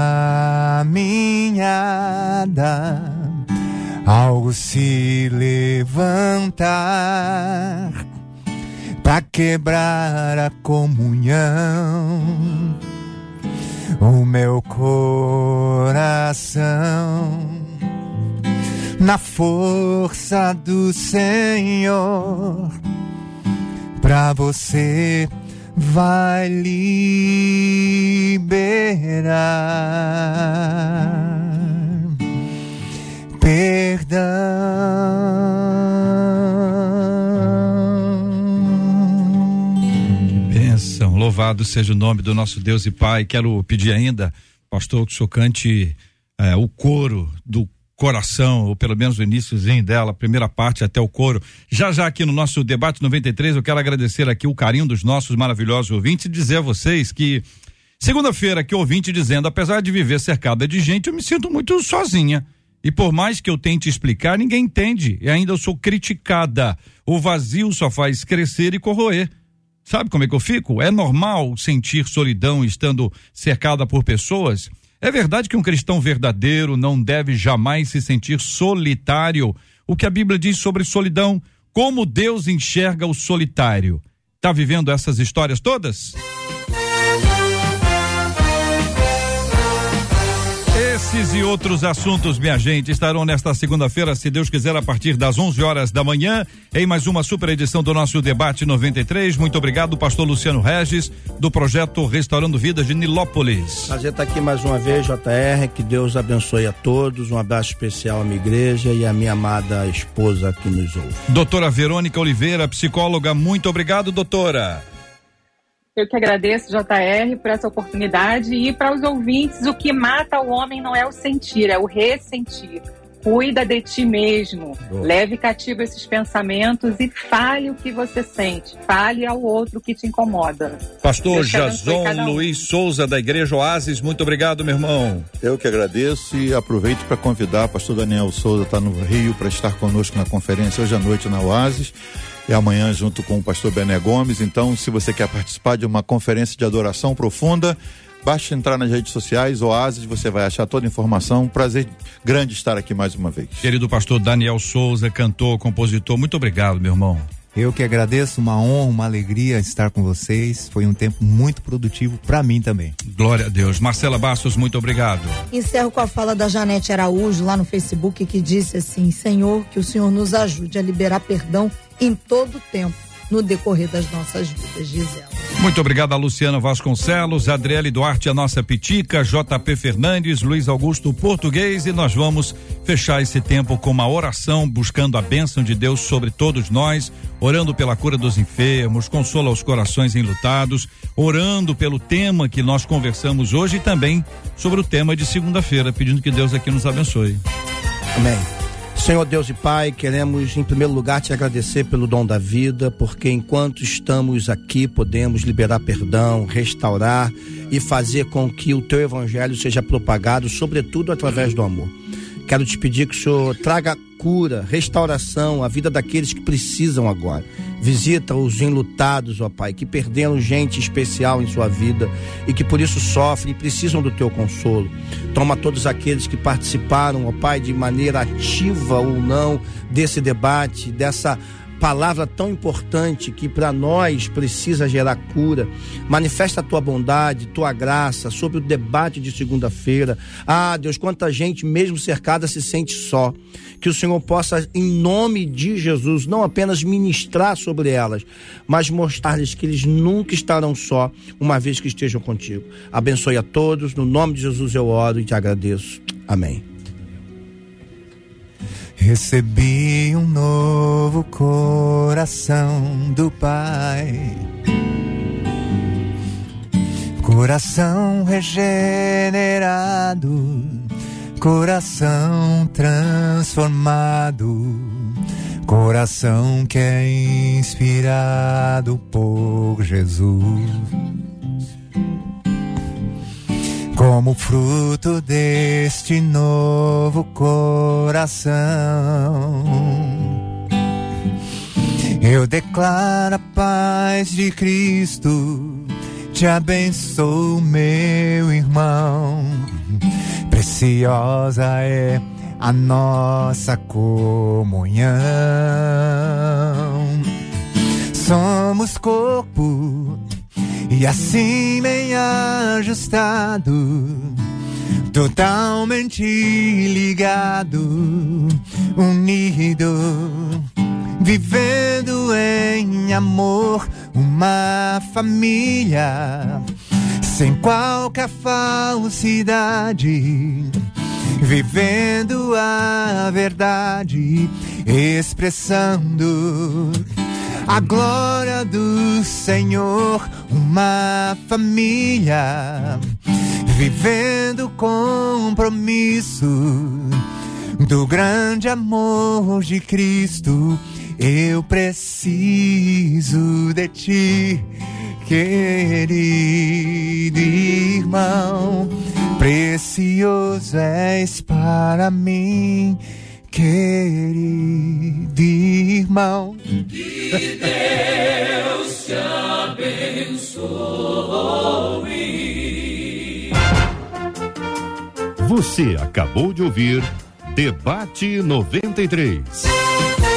caminhada algo se levantar pra quebrar a comunhão, o meu coração, na força do Senhor, pra você vai liberar perdão. Bênção, louvado seja o nome do nosso Deus e Pai. Quero pedir ainda, pastor, que o senhor cante é, o coro do coração, ou pelo menos o iniciozinho dela, a primeira parte até o coro. Já já aqui no nosso debate noventa e três, eu quero agradecer aqui o carinho dos nossos maravilhosos ouvintes e dizer a vocês que segunda-feira aqui ouvinte dizendo, apesar de viver cercada de gente, eu me sinto muito sozinha. E por mais que eu tente explicar, ninguém entende. E ainda eu sou criticada. O vazio só faz crescer e corroer. Sabe como é que eu fico? É normal sentir solidão estando cercada por pessoas? É verdade que um cristão verdadeiro não deve jamais se sentir solitário. O que a Bíblia diz sobre solidão? Como Deus enxerga o solitário? Tá vivendo essas histórias todas? Esses e outros assuntos, minha gente, estarão nesta segunda-feira, se Deus quiser, a partir das onze horas da manhã, em mais uma super edição do nosso Debate noventa e três. Muito obrigado, pastor Luciano Regis, do projeto Restaurando Vidas de Nilópolis. Prazer estar aqui mais uma vez, J R, que Deus abençoe a todos, um abraço especial à minha igreja e à minha amada esposa que nos ouve. Doutora Verônica Oliveira, psicóloga, muito obrigado, doutora. Eu que agradeço, J R, por essa oportunidade e para os ouvintes, o que mata o homem não é o sentir, é o ressentir. Cuida de ti mesmo, Boa. Leve cativo esses pensamentos e fale o que você sente, fale ao outro o que te incomoda. Pastor Jason um. Luiz Souza, da Igreja Oásis, muito obrigado, meu irmão. Eu que agradeço e aproveito para convidar o pastor Daniel Souza, está no Rio, para estar conosco na conferência hoje à noite na Oásis. é amanhã junto com o pastor Bené Gomes. Então, se você quer participar de uma conferência de adoração profunda, basta entrar nas redes sociais, Oasis, você vai achar toda a informação. Prazer grande estar aqui mais uma vez. Querido pastor Daniel Souza, cantor, compositor, muito obrigado, meu irmão. Eu que agradeço, uma honra, uma alegria estar com vocês. Foi um tempo muito produtivo para mim também. Glória a Deus. Marcela Bastos, muito obrigado. Encerro com a fala da Janete Araújo lá no Facebook, que disse assim: Senhor, que o Senhor nos ajude a liberar perdão em todo o tempo, no decorrer das nossas vidas, diz ela. Muito obrigado a Luciana Vasconcelos, Adriele Duarte, a nossa Pitica, J P Fernandes, Luiz Augusto Português, e nós vamos fechar esse tempo com uma oração, buscando a bênção de Deus sobre todos nós, orando pela cura dos enfermos, consola os corações enlutados, orando pelo tema que nós conversamos hoje e também sobre o tema de segunda-feira, pedindo que Deus aqui nos abençoe. Amém. Senhor Deus e Pai, queremos em primeiro lugar te agradecer pelo dom da vida, porque enquanto estamos aqui podemos liberar perdão, restaurar e fazer com que o teu evangelho seja propagado, sobretudo através do amor. Quero te pedir que o Senhor traga cura, restauração à vida daqueles que precisam agora. Visita os enlutados, ó Pai, que perderam gente especial em sua vida e que por isso sofrem e precisam do teu consolo. Toma todos aqueles que participaram, ó Pai, de maneira ativa ou não desse debate, dessa palavra tão importante que para nós precisa gerar cura. Manifesta a tua bondade, tua graça sobre o debate de segunda-feira. Ah, Deus, quanta gente mesmo cercada se sente só. Que o Senhor possa, em nome de Jesus, não apenas ministrar sobre elas, mas mostrar-lhes que eles nunca estarão só, uma vez que estejam contigo. Abençoe a todos, no nome de Jesus eu oro e te agradeço. Amém. Recebi um novo coração do Pai, coração regenerado, coração transformado, coração que é inspirado por Jesus. Como fruto deste novo coração, eu declaro a paz de Cristo, te abençoo, meu irmão. Preciosa é a nossa comunhão. Somos corpo e assim bem ajustado, totalmente ligado, unido, vivendo em amor, uma família, sem qualquer falsidade, vivendo a verdade, expressando a glória do Senhor, uma família, vivendo compromisso do grande amor de Cristo. Eu preciso de ti, querido irmão, precioso és para mim, querido irmão. Que Deus te abençoe. Você acabou de ouvir Debate noventa e três.